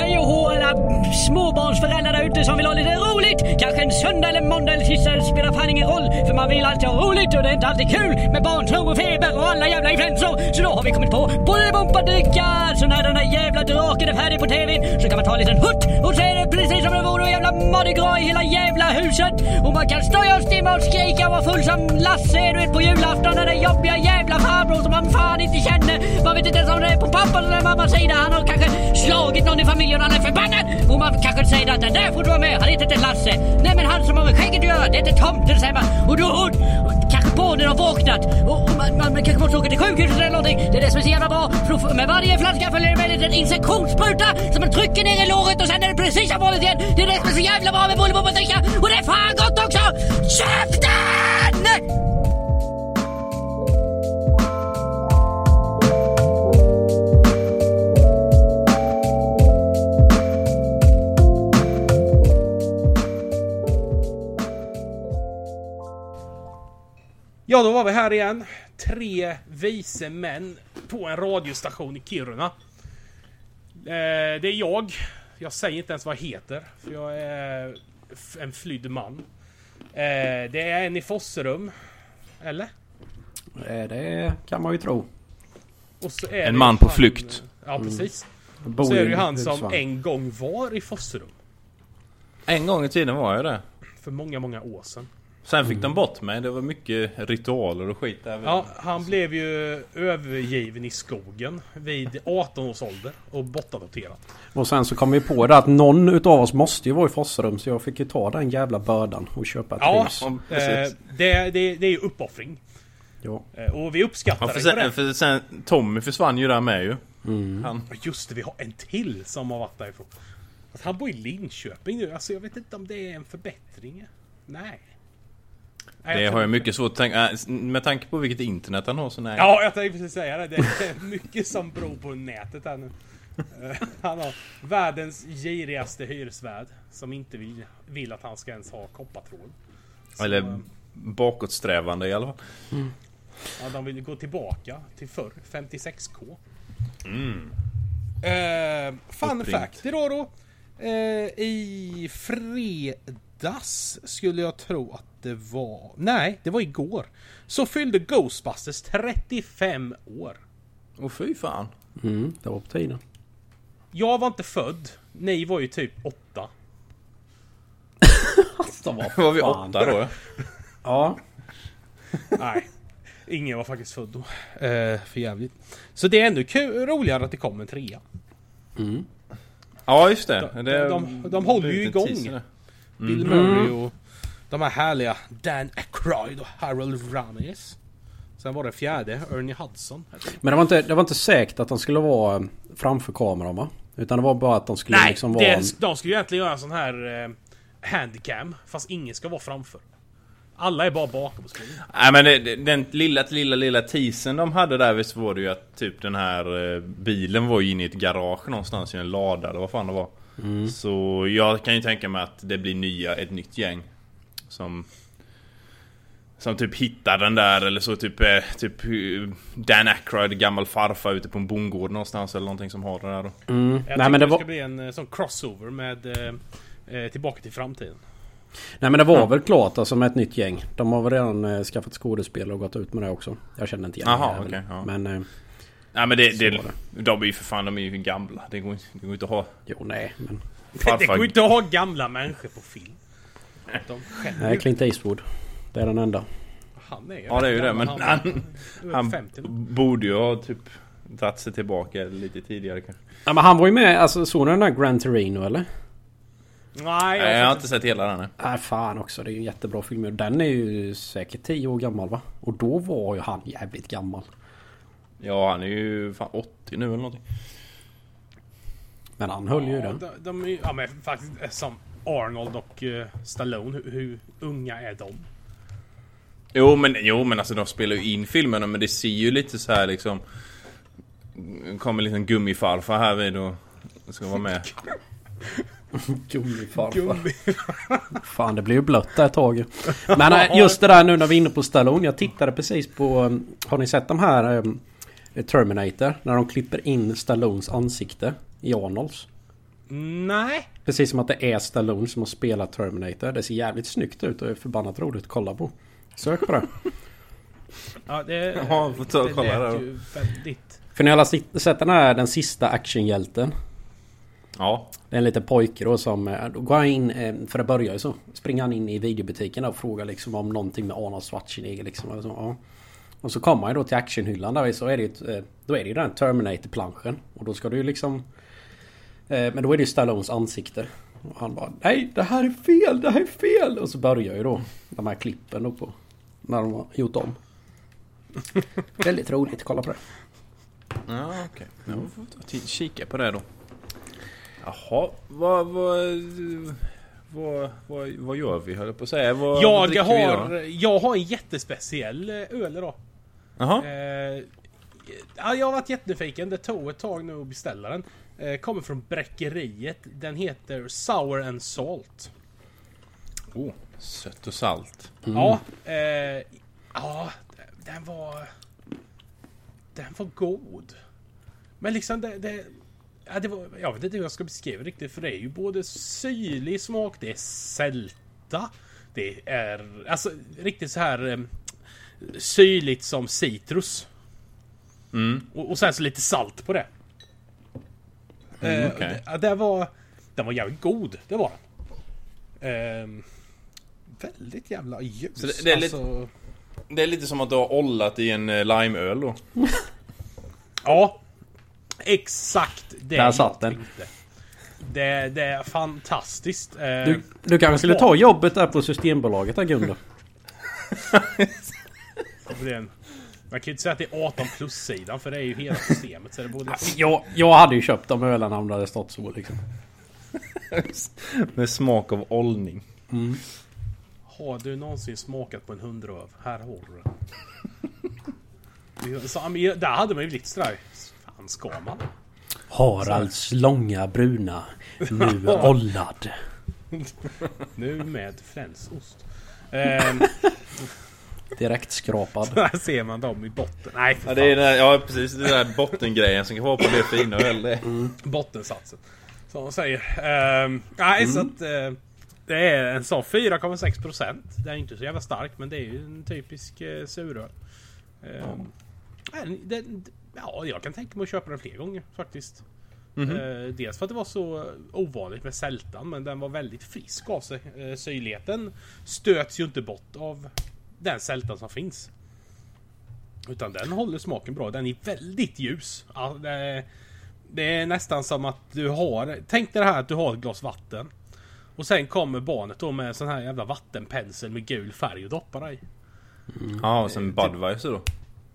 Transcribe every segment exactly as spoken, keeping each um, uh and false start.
hej och hå alla småbarnsföräldrar där ute som vill ha lite roligt. Kanske en söndag eller måndag eller tisdag, det spelar fan ingen roll. För man vill alltid ha roligt och det är inte alltid kul med barntro och feber och alla jävla influensor. Så då har vi kommit på Bolibompadicka. Så när den där jävla draken är färdig på tvn så kan man ta en liten hutt och så är det precis som det vore en jävla Mardi Gras i hela jävla huset. Och man kan stå och stimma och skrika och vara full som Lasse är du vet på julafton när det är jobbiga jävla farbror som man fan inte känner. Man vet inte ens om det är på pappas eller mammas sida. Han har kanske slagit någon i familjen och han är förbannad. Och man kanske säger att den där får du vara med. Han heter inte Lasse. Nej men han som har med skägget att göra. Det är inte tomten säger man. Och då och, och, kanske barnen har vaknat. Och, och man, man kanske måste åka till sjukhuset eller någonting. Det är det som är så jävla bra. För med varje flaska följer det med en insektionsspruta som man trycker ner i låret och sen är det precis som vanligt igen. Det är det som är så jävla bra med Bolibompadicka. Och det är fan gott också. Käften! Ja, då var vi här igen. Tre vise män på en radiostation i Kiruna. Eh, det är jag. Jag säger inte ens vad jag heter. För jag är en flydd man. Eh, det är en i Fosserum. Eller? Eh, det kan man ju tro. Och så är en man på han, flykt. Ja, precis. Mm. Så är det ju han som en gång var i Fosserum. En gång i tiden var jag det. För många, många år sedan. Sen fick mm. de bort mig. Det var mycket ritualer och skit där. Ja, han blev ju övergiven i skogen vid arton års ålder och bortadopterad. Och sen så kom vi på det att någon utav oss måste ju vara i Fosserum, så jag fick ju ta den jävla bördan och köpa ett ja, hus. Ja, eh, det, det, det är ju uppoffring. Ja. Eh, och vi uppskattar ja, för det. Sen, för sen, Tommy försvann ju där med ju. Mm. Han. Just det, vi har en till som har varit därifrån. Att han bor i Linköping nu. Alltså jag vet inte om det är en förbättring. Nej. Det har jag mycket svårt att tänka. Med tanke på vilket internet han har så nej. Ja, jag tänkte precis säga det. Det är mycket som beror på nätet här nu. Han har världens girigaste hyresvärd som inte vill, vill att han ska ens ha koppartråd. Så, eller bakåtsträvande i alla fall. Mm. Ja, de vill gå tillbaka till förr, femtiosex K. Mm. Uh, fun Uppringt. fact idag då. Uh, I fredags skulle jag tro att det var... Nej, det var igår. Så fyllde Ghostbusters trettiofem år. Åh fy fan. Mm, det var på tiden. Jag var inte född. Ni var ju typ åtta. Alltså, vad var vi åtta då? Ja. Nej, ingen var faktiskt född då. Uh, för jävligt. Så det är ännu kul, roligare att det kom en trea. Mm. Ja, just det. De, det de, de, de håller ju igång. Mm. Bill Murray och de här härliga Dan Aykroyd och Harold Ramis. Sen var det fjärde, Ernie Hudson. Men det var inte, det var inte säkert att de skulle vara framför kameran, va? Utan det var bara att de skulle Nej, liksom vara... Nej, de skulle egentligen göra en sån här eh, handicam. Fast ingen ska vara framför. Alla är bara bakom på screen. Nej, men det, den lilla, lilla, lilla teasern de hade där, visst var det ju att typ den här eh, bilen var ju inne i ett garage någonstans i en lada eller vad fan det var. Mm. Så jag kan ju tänka mig att det blir nya, ett nytt gäng som som typ hittar den där, eller så typ eh, typ Dan Aykroyd, gammal farfar ute på en bondgård någonstans eller någonting som har det där då. Mm. Jag Nej, men det, det var... ska bli en eh, sån crossover med eh, Tillbaka till framtiden. Nej, men det var mm. väl klart alltså med ett nytt gäng. De har väl redan eh, skaffat skådespel och gått ut med det också. Jag känner inte igen Aha, det. Okay, ja. Men eh, nej, men det, det, det. De är ju för fan, de är ju gamla. Det går, det går inte att ha. Jo, nej, men farfar. Det går inte att ha gamla människor på film. De nej, Clint Eastwood. Det är den enda. Han är ja, det är ju det, men han, han, han femtio borde ju ha typ dratt sig tillbaka lite tidigare kanske. Ja, men han var ju med, alltså såg den där Gran Torino, eller? Nej, jag, jag har inte sett hela den här. Nej, fan också, det är ju en jättebra film. Den är ju säkert tio år gammal, va? Och då var ju han jävligt gammal. Ja, han är ju fan åttio nu eller någonting. Men han höll ja, ju den. De, de är, ja, men faktiskt som Arnold och uh, Stallone, hur, hur unga är de? Jo men, jo, men alltså de spelar ju in filmerna, men det ser ju lite så här liksom... kommer en liten gummifarfar här vid och ska vara med. Gummifarfar. Gummi. Fan, det blir ju blött där ett tag. Men just det där nu när vi är inne på Stallone. Jag tittade precis på... Har ni sett de här um, Terminator? När de klipper in Stallones ansikte i Arnolds. Nej. Precis som att det är Stallone som har spelat Terminator. Det ser jävligt snyggt ut och är förbannat roligt att kolla på. Sök på det. Ja, det, Ja, får ta och det kolla lät där då. ju väldigt... För ni har alla sett den här, den sista actionhjälten. Ja. Det är en liten pojke då som... Då går han in, för det börjar ju så. Springer han in i videobutiken och frågar liksom om någonting med Arnold Schwarzenegger liksom. Och så, ja. Och så kommer han då till actionhyllan där, så är det ju, då är det ju den Terminator-planschen. Och då ska du ju liksom... Men då är det ju Stallones ansikte. Och han bara, nej det här är fel, det här är fel. Och så börjar ju då de här klippen då på när de har gjort om. Väldigt roligt, kolla på det. Ja, okej. Okay. Jag får ta till, kika på det då. Jaha, vad, vad, vad, vad, vad gör vi, höll jag på att säga? Vad, jag, vad har, vi jag har en jättespeciell öl idag. Jaha. Eh, ja, jag har varit jättenyfiken. Det tog ett tag nu att beställa den. Eh, kommer från bräckeriet. Den heter Sour and Salt. Oh, sött och salt. Mm. Ja, eh, ja, den var... Den var god. Men liksom det... det Ja, det var, jag vet inte hur jag ska beskriva riktigt, för det är ju både syrlig smak, det är sälta, det är alltså riktigt så här eh, syrligt som citrus. Mm. Och, och sen så lite salt på det. Mm, eh, okay. det, det var den var jävligt god, det var den. Eh, väldigt jävla ljus. Så det, det, är alltså, lite, det är lite som att du har ollat i en eh, limeöl då. Ja. Exakt det. Där satt den. Det, det är fantastiskt. Du, du kanske skulle ta jobbet där på Systembolaget där, Gunnar. Man kan ju inte säga att det är arton plus-sidan, för det är ju hela systemet. Så det borde... jag, jag hade ju köpt de ölarna om det hade stått så liksom. Med smak av ollning. Mm. Har du någonsin smakat på en hundröv? Här har du den. Så, där hade man ju blivit sådär. Fan ska man? Haralds långa bruna, nu ollad. Nu med flänsost. ehm, Direkt skrapad. Där ser man dem i botten. Nej, för ja, det är den, ja, precis. Det är den bottengrejen som kan vara på det fina öl. Mm. Bottensatsen. Som de säger. Ehm, nej, mm. så att... Eh, det är en sån fyra komma sex procent. Det är inte så jävla stark, men det är ju en typisk eh, suröl. Ehm, mm. det, ja, jag kan tänka mig att köpa den fler gånger faktiskt. Mm-hmm. Eh, dels för att det var så ovanligt med sältan, men den var väldigt frisk av sig. Eh, syrligheten stöts ju inte bort av den sältan som finns. Utan den håller smaken bra. Den är väldigt ljus. Ja, det, det är nästan som att du har... Tänk dig det här att du har ett glas vatten. Och sen kommer barnet då med sån här jävla vattenpensel med gul färg och doppar dig. Mm. Ja, och sen Budweiser då.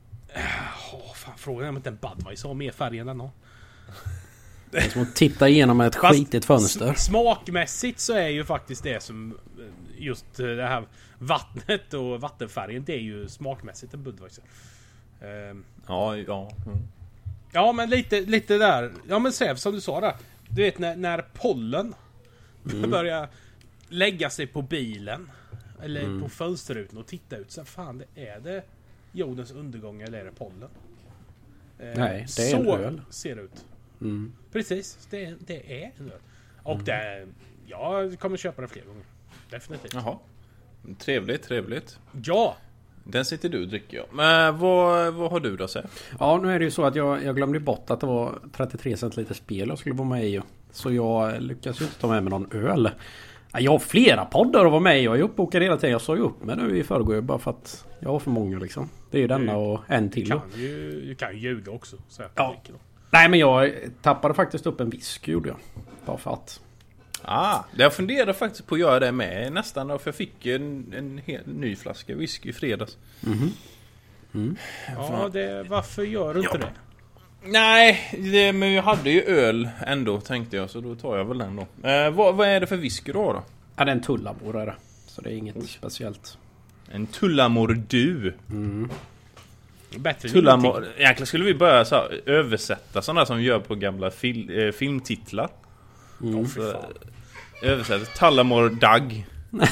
Åh, fan, frågan är om inte en Budweiser har mer färg än den har. Det är som att titta igenom ett Fast skitigt fönster. Smakmässigt så är ju faktiskt det som... Just det här vattnet och vattenfärgen, det är ju smakmässigt en Budweiser. Um, ja, ja. Mm. Ja, men lite, lite där. Ja, men Sev, som du sa där. Du vet när, när pollen mm. börjar lägga sig på bilen eller mm. på fönsterrutan och titta ut, så fan, det är det jordens undergång eller är det pollen? Eh, Nej, det är så en öl. Ser det ut. Mm. Precis, det, det är en öl. Och mm. det, jag kommer köpa den fler gånger. Definitivt. Jaha. Trevligt, trevligt. Ja. Den sitter du och dricker jag. Men vad, vad har du då, Sev? Ja, nu är det ju så att jag, jag glömde bort att det var trettiotre centiliter spel jag skulle vara med i. Så jag lyckas ju inte ta med mig någon öl. Jag har flera poddar att vara med i. Jag är uppbokad hela tiden. Jag sa ju upp mig nu i förrgår bara för att jag har för många liksom. Det är ju denna och en till. Du kan ju, du kan ju ljuga också. Så ja. Då. Nej, men jag tappade faktiskt upp en whisky, gjorde jag. Bara för att. Ah, jag funderade faktiskt på att göra det med nästan. För jag fick en, en helt ny flaska whisky i fredags. Mm-hmm. Mm. Ja, det, varför gör du inte ja. det? Nej, det, men jag hade ju öl ändå, tänkte jag. Så då tar jag väl den då. Eh, vad, vad är det för whisky då? då? Ja, det är en Tullamore är det. Så det är inget Oj. speciellt. En Tullamore du. Mm. Bättre Tullamore. Egentligen skulle vi börja så här, översätta sådana som gör på gamla fil, eh, filmtitlar. Mm. Och så, översätta Tullamore Dag.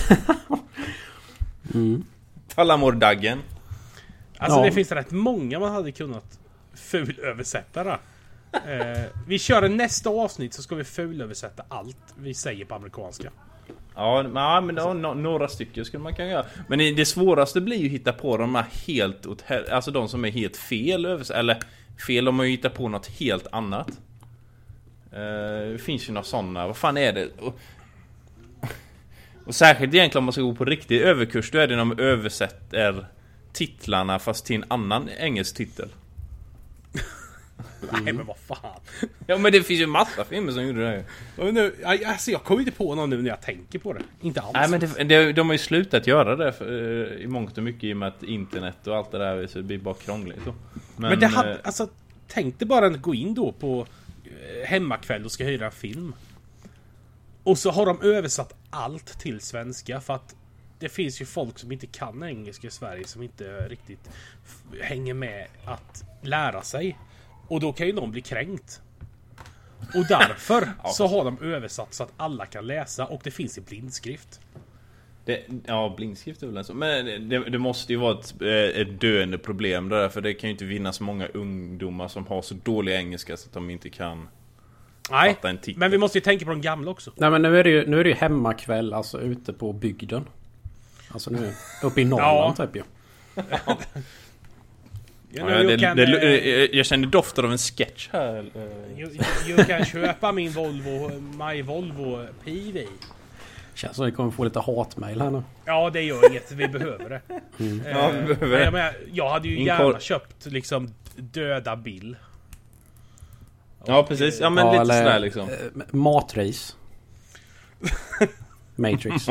mm. Tullamore Daggen. Alltså ja. det finns rätt många man hade kunnat ful översätta det. Eh, vi kör en nästa avsnitt så ska vi fulöversätta allt vi säger på amerikanska. Ja, men, men ja, no, några stycken skulle man kunna göra. Men det svåraste blir ju att hitta på de här helt åt her- alltså de som är helt fel övers- eller fel om man ju hitta på något helt annat. Eh, det finns ju några sådana. Vad fan är det? Och, och särskilt egentligen om man ska gå på riktig överkurs, då är det när man översätter titlarna fast till en annan engelsk titel. Mm. Nej men vad fan. Ja men det finns ju massa filmer som gjorde det. Och nu, alltså jag kommer inte på någon nu när jag tänker på det. Inte alls. Nej men det, det, de har ju slutat göra det för, i mångt och mycket i och med att internet och allt det där, så det blir bara krångligt då. Men, men det hade, alltså tänk dig bara att gå in då på hemmakväll och ska hyra en film. Och så har de översatt allt till svenska för att det finns ju folk som inte kan engelska i Sverige som inte riktigt f- hänger med att lära sig. Och då kan ju någon bli kränkt. Och därför ja. så har de översatt så att alla kan läsa och det finns i blindskrift. det, ja, blindskrift är väl en så. Men det, det måste ju vara ett, ett döende problem där, för det kan ju inte vinna så många ungdomar som har så dålig engelska så att de inte kan. Nej, men vi måste ju tänka på de gamla också. Nej men nu är det ju, nu är det ju hemmakväll, alltså ute på bygden. Alltså nu uppe i Norrland ja. typ ju. Ja. Ja, ja, det, kan, det, det, jag känner doften av en sketch här. Du kan köpa min Volvo, My Volvo P V. Känns som att vi kommer få lite hatmail här nu. Ja, det gör inget. Vi behöver det. Mm. Eh, ja, vi behöver jag, menar, jag hade ju Inkor- gärna köpt liksom döda Bill. Ja, precis. Ja, men ja, lite eller, sådär liksom. Äh, matris. Matrix.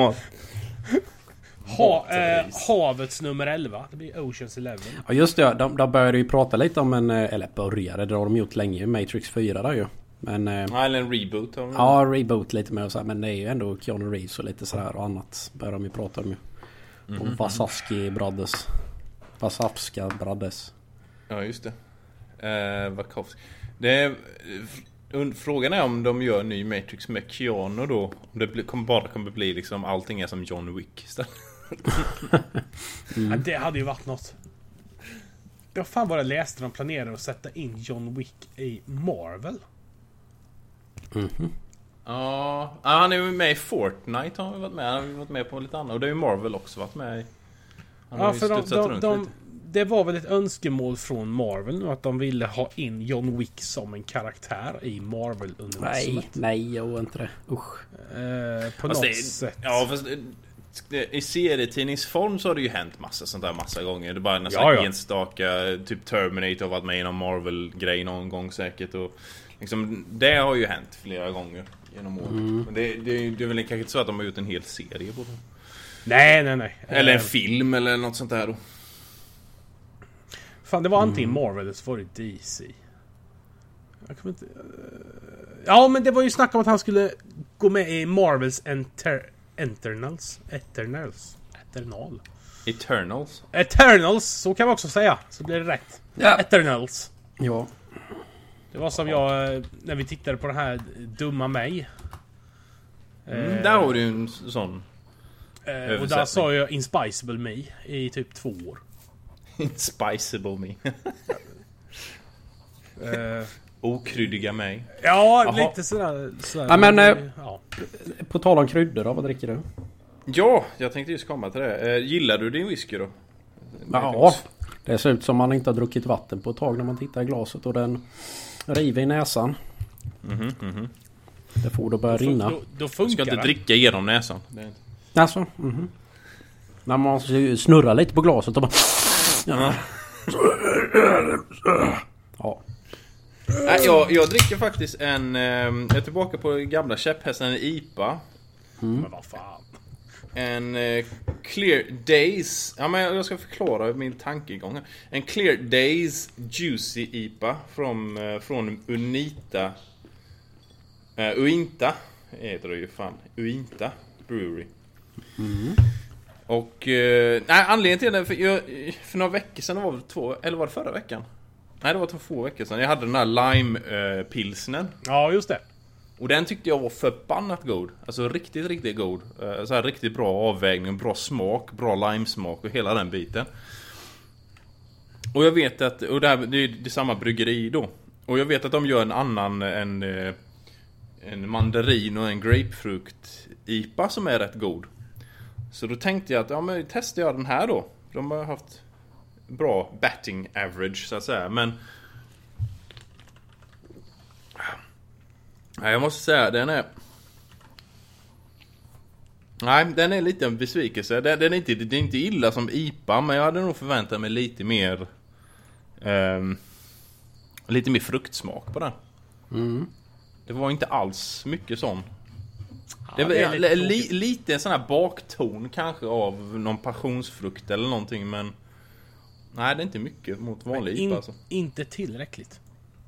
Ha, eh, havets nummer elva. Det blir Oceans eleven. Ja just det, de, de började ju prata lite om en, eller började, det har de gjort länge, Matrix fyra där ju. Men, ja, eller en reboot. Har de ja, reboot lite mer och så här, men det är ju ändå Keanu Reeves och lite sådär och annat börjar de ju prata om ju. Mm-hmm. Och Wazowski Brothers. Wazowska Brothers. Ja just det. Eh, Wachowski. Det är, frågan är om de gör en ny Matrix med Keanu då. Om det blir, kommer bara kommer bli liksom allting är som John Wick istället. Mm. Ja, det hade ju varit något. Jag fan bara läste de planerar att sätta in John Wick i Marvel. Mm-hmm. Ja, han är ju med i Fortnite, har han varit med. Han har varit med på lite annat. Och det är ju Marvel också varit med i. Han ja, för de, de, de, det var väl ett önskemål från Marvel nu att de ville ha in John Wick som en karaktär i Marvel-universumet. Nej, nej, jag var inte det. Usch. Eh, på fast något det, sätt. Ja, fast det, i serietidningsform så har det ju hänt massa sånt där massa gånger. Det är bara nästan ja, ja. enstaka, typ Terminator har varit med i någon Marvel-grej någon gång säkert. Och liksom, det har ju hänt flera gånger genom åren. Mm. Men det, det, det är väl kanske inte så att de har gjort en hel serie på det. Nej, nej, nej. Eller en film eller något sånt där då. Fan, det var antingen mm. Marvel eller så var det D C. Jag kommer inte... Ja, men det var ju snack om att han skulle gå med i Marvels Enter... Eternals. Eternals. Eternal. Eternals. Eternals, så kan man också säga. Så blir det rätt. Ja. Eternals. Ja. Det var som jag, när vi tittade på den här Dumma mig. Mm, eh, där har du en sån. Eh, och där sa jag Inspicable Me i typ två år. Inspicable Me. eh, Okryddiga mig. Ja, Aha. lite sådär, sådär. Ja, men eh, ja. På tal om kryddor då, vad dricker du? Ja, jag tänkte just komma till det. Eh, gillar du din whisky då? Ja, det ser ut som man inte har druckit vatten på ett tag när man tittar i glaset och den river i näsan. Mhm, mhm. Det får då börja då, rinna. Då, då funkar ska inte det. dricka genom näsan. Det är inte... Alltså, mhm. När man snurrar lite på glaset och bara... Ja. Ja. Nej, jag, jag dricker faktiskt en... Eh, jag är tillbaka på gamla käpphästen, en I P A. Mm. Men vad fan. En eh, Clear Days. Ja, men jag ska förklara min tankegång här. En Clear Days Juicy I P A från, eh, från Unita. Uh, Uinta heter det ju fan. Uinta Brewery. Mm. Och eh, nej, anledningen till det för, jag, för några veckor sedan var det två, eller var det förra veckan? Nej, det var två veckor sedan. Jag hade den här lime eh, pilsnen. Ja, just det. Och den tyckte jag var förbannat god. Alltså riktigt, riktigt god. Eh, så här riktigt bra avvägning, bra smak, bra limesmak och hela den biten. Och jag vet att, och det, här, det är det samma bryggeri då. Och jag vet att de gör en annan, en, en mandarin och en grapefrukt I P A som är rätt god. Så då tänkte jag att ja, men testar jag den här då. De har haft bra batting average så att säga. Men nej, jag måste säga den är Nej, den är lite en besvikelse. Den, den är inte, det är inte illa som I P A, men jag hade nog förväntat mig lite mer um, lite mer fruktsmak på den. Mm. Det var inte alls mycket sån. Ja, det var det är lite, li, lite en sån här bakton kanske av någon passionsfrukt eller någonting, men nej, det är inte mycket mot vanlig in, I P A alltså. Inte tillräckligt.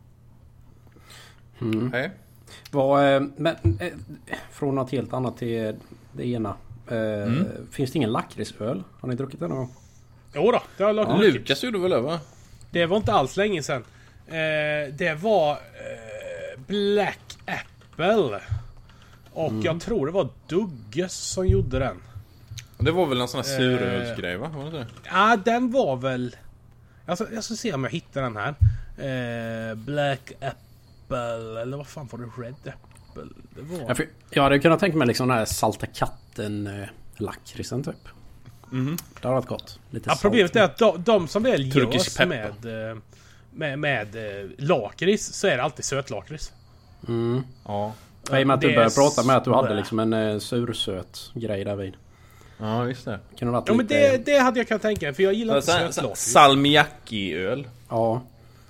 Mm. Nej. Vad, eh, men, eh, från något helt annat till det ena. Eh, Mm. Finns det ingen lakritsöl? Har ni druckit den någon gång? Jo då, det har jag Ja, lagt Lukas gjorde väl det, va? Det var inte alls länge sedan. Eh, det var eh, Black Apple. Och Mm. jag tror det var Dugges som gjorde den. Det var väl någon sån här Eh. surölsgrej, va? Var det det? Ja, den var väl... Jag ska, jag ska se om jag hittar den här. Eh, Black Apple, eller vad fan var det? Red Apple? Det var... Ja, för, jag hade kunnat tänka mig liksom den här salta katten eh, lakritsen typ. Mhm. Det har varit gott. Lite Ja, problemet är att de, de som väl Turkish görs pepper. med, eh, med, med eh, lakrits, så är det alltid sötlakrits. Mm. Ja. Nej, men att du Det är började prata med att du hade så- liksom en eh, sursöt grej där vid. Ja, visst det. Kan det varit Ja, men lite... det, det hade jag kunnat tänka mig, för jag gillar inte sötlakrits. Salmiakki-öl. Ja.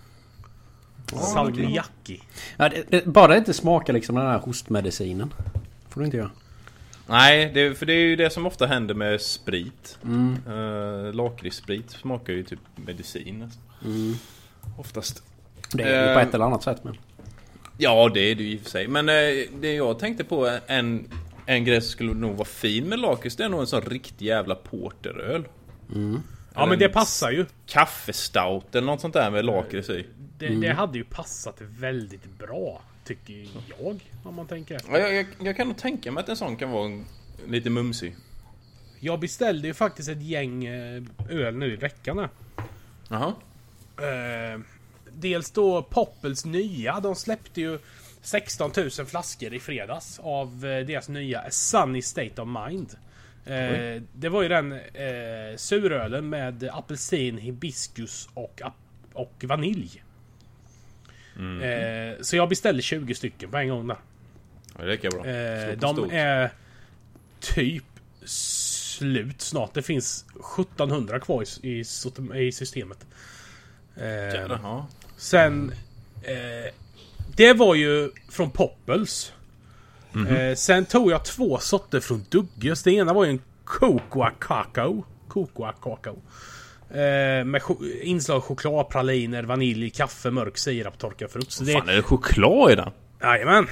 Salmiakki. Ja, det, det, bara det inte smakar liksom den här hostmedicinen. Får du inte göra. Nej, det, för det är ju det som ofta händer med sprit. Mm. Uh, Lakritssprit smakar ju typ medicin. Alltså. Mm. Oftast. Det är ju på Eh, ett eller annat sätt, men... Ja, det är det ju i och för sig. Men eh, det jag tänkte på, en, en grej som skulle nog vara fin med lakrits, det är nog en sån riktig jävla porteröl. Mm. Ja, men det passar ju. Kaffestout eller något sånt där med lakrits i. Det, det hade ju passat väldigt bra, tycker jag, om man tänker efter. Ja, jag, jag, jag kan nog tänka mig att en sån kan vara en, lite mumsig. Jag beställde ju faktiskt ett gäng eh, öl nu i veckan här. Jaha. Eh, dels då Poppels nya. De släppte ju sexton tusen flaskor i fredags av eh, deras nya Sunny State of Mind. Eh, det var ju den eh, surölen med apelsin, hibiskus och, ap- och vanilj. Mm. Eh, så jag beställde tjugo stycken på en gång där. Ja, det är lika bra. Eh, Slå på de stort. är typ slut snart. Det finns sjuttonhundra kvar i, i, i systemet. Eh, Jävlar, ja. sen eh, det var ju från Poppels. Mhm. eh, Sen tog jag två sorter från Dugges. Det ena var ju en Cocoa Cacao Cocoa Cacao eh, med ch- inslag chokladpraliner, vanilj, kaffe, mörk sirap, torkad frukt. Så det, Fan, är det choklad i den? jajamän.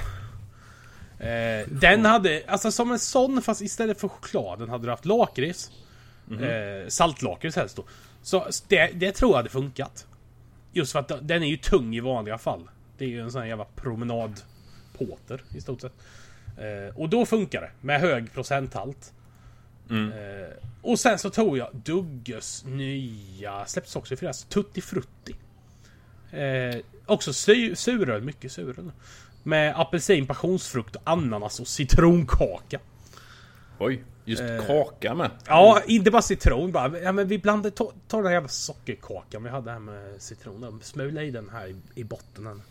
Eh, den hade, alltså som en sån, fast istället för chokladen hade du haft lakrits. eh, Saltlakrits helst då. Så det, det tror jag hade funkat. Just för att den är ju tung i vanliga fall. Det är ju en sån här jävla promenadpåter i stort sett. eh, Och då funkar det med hög procenthalt. Mm. eh, Och sen så tog jag Dugges nya, släpptes också i fredags, Tutti Frutti. eh, Också su- suröl, mycket suröl. Med apelsin, passionsfrukt, ananas och citronkaka. Oj, just Eh. kaka med. Ja, inte bara citron bara. Ja, men vi blandade, ta, ta den här jävla sockerkakan vi hade här med citron. Smula i den här i, i botten. Här.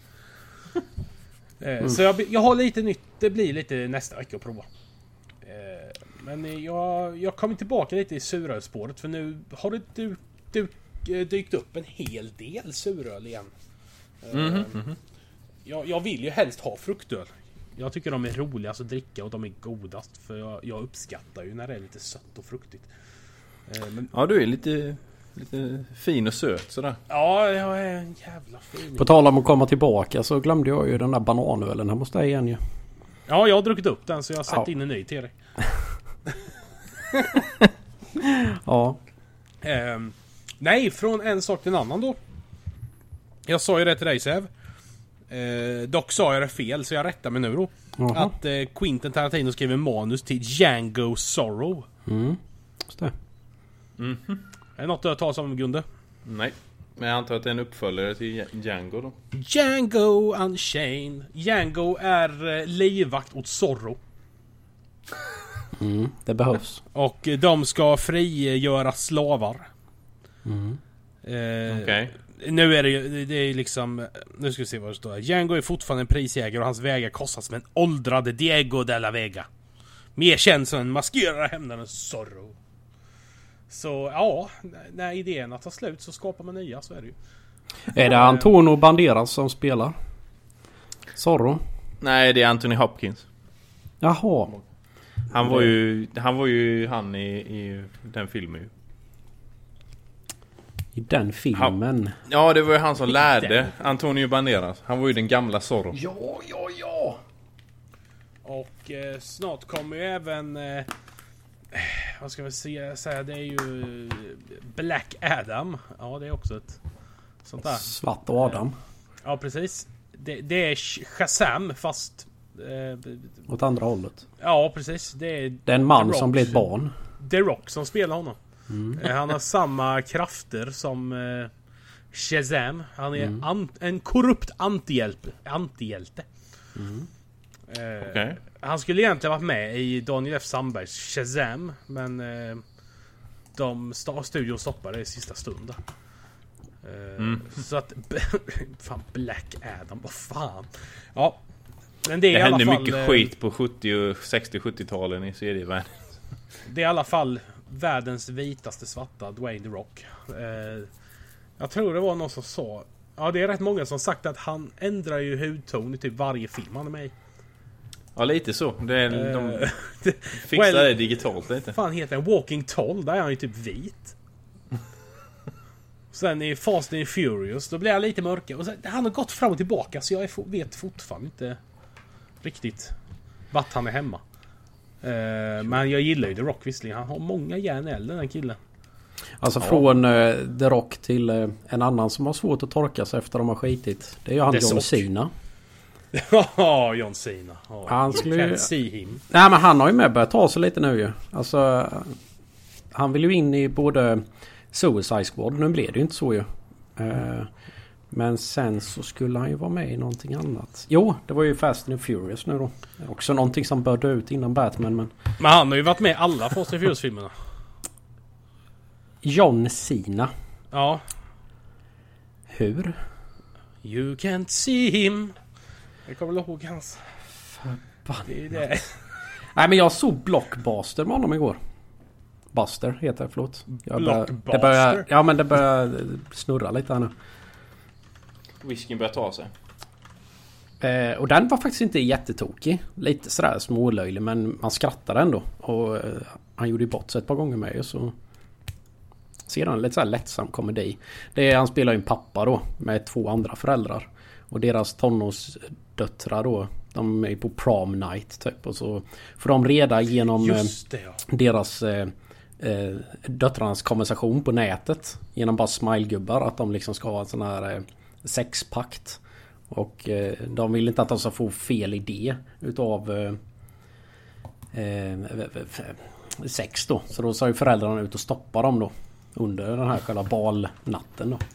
eh, Så jag, jag har lite nytt. Det blir lite nästa vecka att prova. eh, Men jag, jag kommer tillbaka lite i surölspåret. För nu har det du, du, dykt upp en hel del suröl igen. eh, Mhm, mhm. jag, jag vill ju helst ha fruktöl. Jag tycker de är roligast att dricka och de är godast. För jag, jag uppskattar ju när det är lite sött och fruktigt. Eh, men, Ja, du är lite, lite fin och söt sådär. ja, jag är en jävla fin. På tal om att komma tillbaka så glömde jag ju den där bananölen här hos dig igen ju. Ja, jag har druckit upp den så jag har sett Ja. in en ny till dig. Ja. Ehm, nej, från en sak till en annan då. Jag sa ju det till dig, Sev. Eh, dock sa jag det fel, så jag rättar mig nu då. Jaha. Att eh, Quentin Tarantino skriver manus till Django Sorrow. Mm. Just det. Mhm. Är det något du har talat om, Gunde? Nej. Men jag antar att det är en uppföljare till Django då. Django Unchained. Django är eh, livvakt åt Zorro. Mm, det behövs. Och eh, de ska frigöra slavar. Mm. Eh, Okej. Okay. Nu är det ju, det är liksom, nu ska vi se vad det står här. Django är fortfarande en prisjägare och hans vägar korsas som en åldrade Diego de la Vega. Mer känd som en maskerad hämnaren Zorro. Så ja, när idéerna tar slut så skapar man nya, så är det ju. Är det Antonio Banderas som spelar? Zorro? Nej, det är Anthony Hopkins. Jaha. Han var ju han var ju han i, i den filmen ju. I den filmen. Ja, det var ju han som lärde Antonio Banderas. Han var ju den gamla Zorro. Ja, ja, ja. Och eh, snart kommer ju även eh, vad ska vi säga, säga det är ju Black Adam. Ja, det är också ett sånt där. Svart Adam. Ja, precis. Det, det är Shazam fast eh, åt andra hållet. ja, precis. Det är, det är en man som blir ett barn. The Rock som spelar honom. Mm. Eh, han har samma krafter som eh, Shazam. Han är Mm. an, en korrupt antihjälte. Antihjälte. Mm. Eh, Okay. Han skulle egentligen varit med i Daniel F. Sandbergs Shazam, men eh, de st- studion stoppade det i sista stund. Eh, Mm. Så att fan, Black Adam, vad fan. Ja. Men det är Det i alla hände fall, mycket eh, skit på sjuttio, sextio, sjuttio-talen i serievärlden. Det är i alla fall världens vitaste svarta, Dwayne The Rock. Eh, jag tror det var någon som sa, ja, det är rätt många som sagt att han ändrar ju hudton i typ varje film han är med i. Ja, lite så. Det är, de Eh, fixar well, det digitalt lite. fan heter den? Walking Tall, där är han ju typ vit. Sen i Fast and Furious, då blir han lite mörkare. Och sen, han har gått fram och tillbaka, så jag är, vet fortfarande inte riktigt vart han är hemma. Eh, men jag gillar ju The Rock visserligen. Han har många järn i elden, den killen. Alltså från uh, The Rock till uh, en annan som har svårt att torka sig efter de har skitit. Det är ju han The John Sock. Cena. Ja, John Cena. Oh, Han skulle ju... can't see him. Nej, men han har ju med börjat ta sig lite nu ju. Alltså, han vill ju in i både Suicide Squad. Nu blev det ju inte så ju. Uh, men sen så skulle han ju vara med i någonting annat. Jo, det var ju Fast and Furious nu då. Också någonting som bör dö ut innan Batman, men... Men han har ju varit med i alla Fast and Furious-filmerna. John Cena. Ja. Hur? You can't see him. Jag kommer ihåg hans... Det är det. Nej, men jag såg Blockbuster med honom igår. Buster heter det, förlåt. Jag börjar, Blockbuster? det börjar, ja, men det börjar snurra lite här nu. Whiskyn börjar ta sig. Eh, och den var faktiskt inte jättetokig. Lite sådär smålöjlig, men man skrattade ändå. Och eh, han gjorde ju bort sig ett par gånger med, så... Sedan lite såhär lättsam komedi. Det är, han spelar ju en pappa då med två andra föräldrar. Och deras tonårsdöttrar då, de är på prom night typ. Och så får de reda genom Just det, ja. deras eh, eh, döttrarnas konversation på nätet. Genom bara smilegubbar att de liksom ska ha en sån här eh, sexpakt. Och eh, de vill inte att de ska få fel idé utav eh, eh, sex då. Så då sa ju föräldrarna ut och stoppa dem då. Under den här själva balnatten då.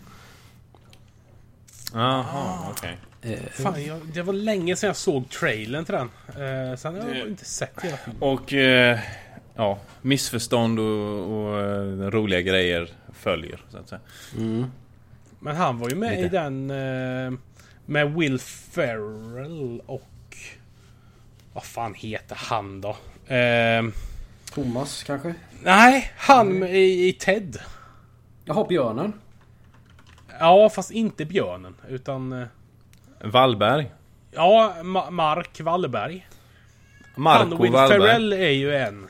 Jaha, okej. Eh, Fan, jag, det var länge sedan jag såg trailern till den. Eh, sen har jag Det- inte sett hela filmen. Och eh, ja, missförstånd och, och eh, roliga grejer följer så att säga. mm. Men han var ju med Lite. i den eh, med Will Ferrell och... Vad fan heter han då? Eh, Thomas kanske? nej, han i, i Ted. Jaha, björnen. Ja, fast inte björnen. Utan... Eh, Wallberg. ja, Ma- Mark Wallberg. Han Marco och Will Wallberg. Ferrell är ju en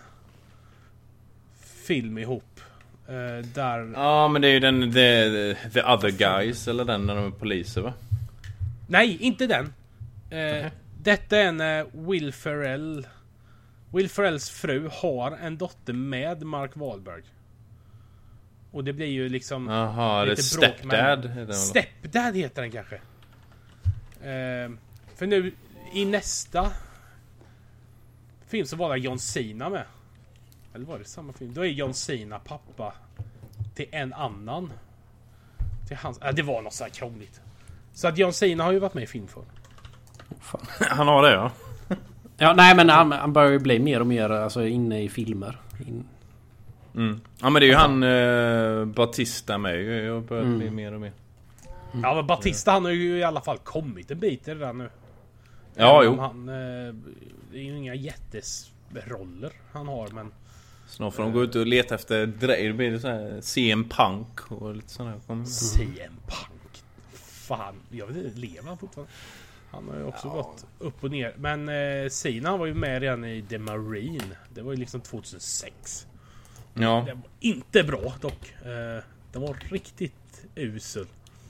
film ihop. Eh, där... Ja, men det är ju den the, the Other Guys, eller den när de är poliser, va? Nej, inte den. Eh, detta är när Will Ferrell... Will Ferrells fru har en dotter med Mark Wahlberg. Och det blir ju liksom... Jaha, det är lite bråk Stepdad. mellan- heter den, va? Stepdad heter den kanske. Eh, för nu i nästa film så var det John Cena med. Eller var det samma film? Då är John Cena pappa till en annan Till hans, äh, det var något så här krångligt. Så att John Cena har ju varit med i film för. Fan. Han har det, ja. Ja, nej men han, han börjar ju bli mer och mer alltså, inne i filmer. In... Mm. Ja, men det är ju han eh, Batista med. Jag börjar mm. bli mer och mer. Mm. Ja, men Batista han har ju i alla fall kommit en bit i det där nu. Ja, jo. Han, eh, det är ju inga jättesroller han har, men... Snart får de gå ut och leta efter drejer. Det blir så här C M Punk och lite sådana här. C M Punk. Fan, jag vet inte, lever han fortfarande? Han har ju också ja. gått upp och ner. Men eh, Cena var ju med redan i The Marine. Det var ju liksom tjugohundrasex. Ja. Det var inte bra dock. Eh, den var riktigt usel.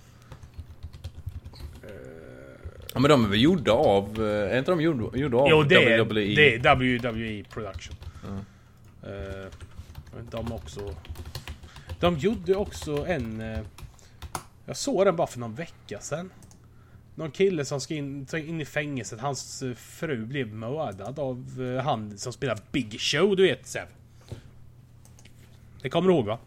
Eh, ja, men de är väl gjorda av... Är inte de gjorda, gjorda av jo, det W är, W E? det är W W E Production. Mm. Eh, de också... De gjorde också en... Eh, jag såg den bara för någon vecka sedan. Någon kille som ska in, in i fängelset. Hans fru blev mördad av uh, han som spelar Big Show, du vet, Sev. Det kommer du ihåg, va?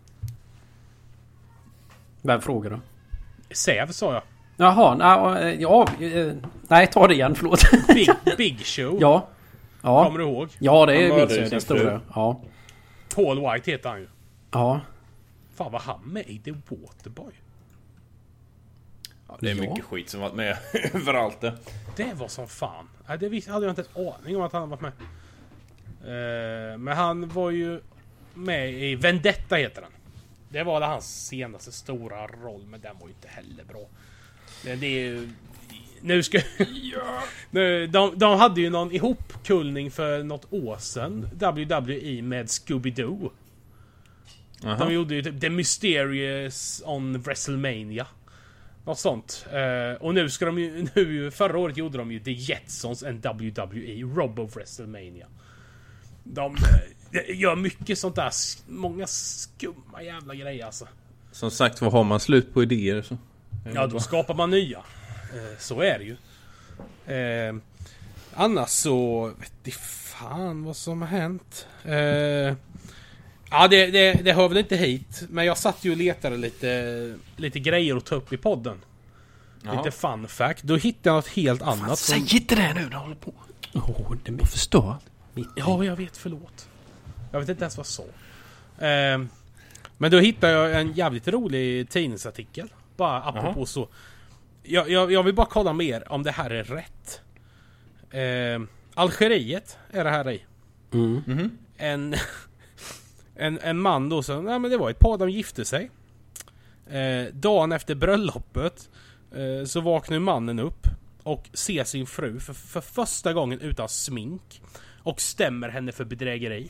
Vem frågar då? Sev, sa jag. Jaha, nej, ja, nej, ta det igen, förlåt. Big, Big Show. Ja. Ja. Kommer du ihåg? Ja, det är minst jag, det stora. Ja. Paul White heter han ju. Ja. Fan, var han med i The Waterboy? Ja, det är mycket ja. skit som varit med överallt det. Det var som fan. Nej, det hade jag inte en aning om att han varit med. Uh, men han var ju med i Vendetta, heter den. Det var det hans senaste stora roll, men den var ju inte heller bra. Det, det är ju... Nu ska... ja. nu, de, de hade ju någon ihopkullning för något år sedan. W W E med Scooby-Doo. Uh-huh. De gjorde ju typ The Mysterious on WrestleMania. Något sånt. Uh, och nu ska de ju, nu, förra året gjorde de ju The Jetsons and W W E Rob of WrestleMania. De uh, gör mycket sånt där, många skumma jävla grejer alltså. Som sagt, vad har man slut på idéer så? Ja, då skapar man nya. Uh, så är det ju. Uh, annars så vet jag fan vad som har hänt. Uh, Ja, det, det, det hör väl inte hit. Men jag satt ju och letade lite, lite grejer att ta upp i podden. Jaha. Lite fun fact. Då hittade jag något helt annat. Fan, säg som... inte det nu, du håller på. Åh, oh, det är förstår. Ja, jag vet, förlåt. Jag vet inte ens vad jag sa. Eh, men då hittade jag en jävligt rolig tidningsartikel. Bara apropå Jaha. så. Jag, jag, jag vill bara kolla mer om det här är rätt. Eh, Algeriet är det här i. Mm. Mm-hmm. En... En, en man då så, nej men det var ett par, de gifte sig. Eh, dagen efter bröllopet eh, så vaknar mannen upp och ser sin fru för, för första gången utan smink och stämmer henne för bedrägeri.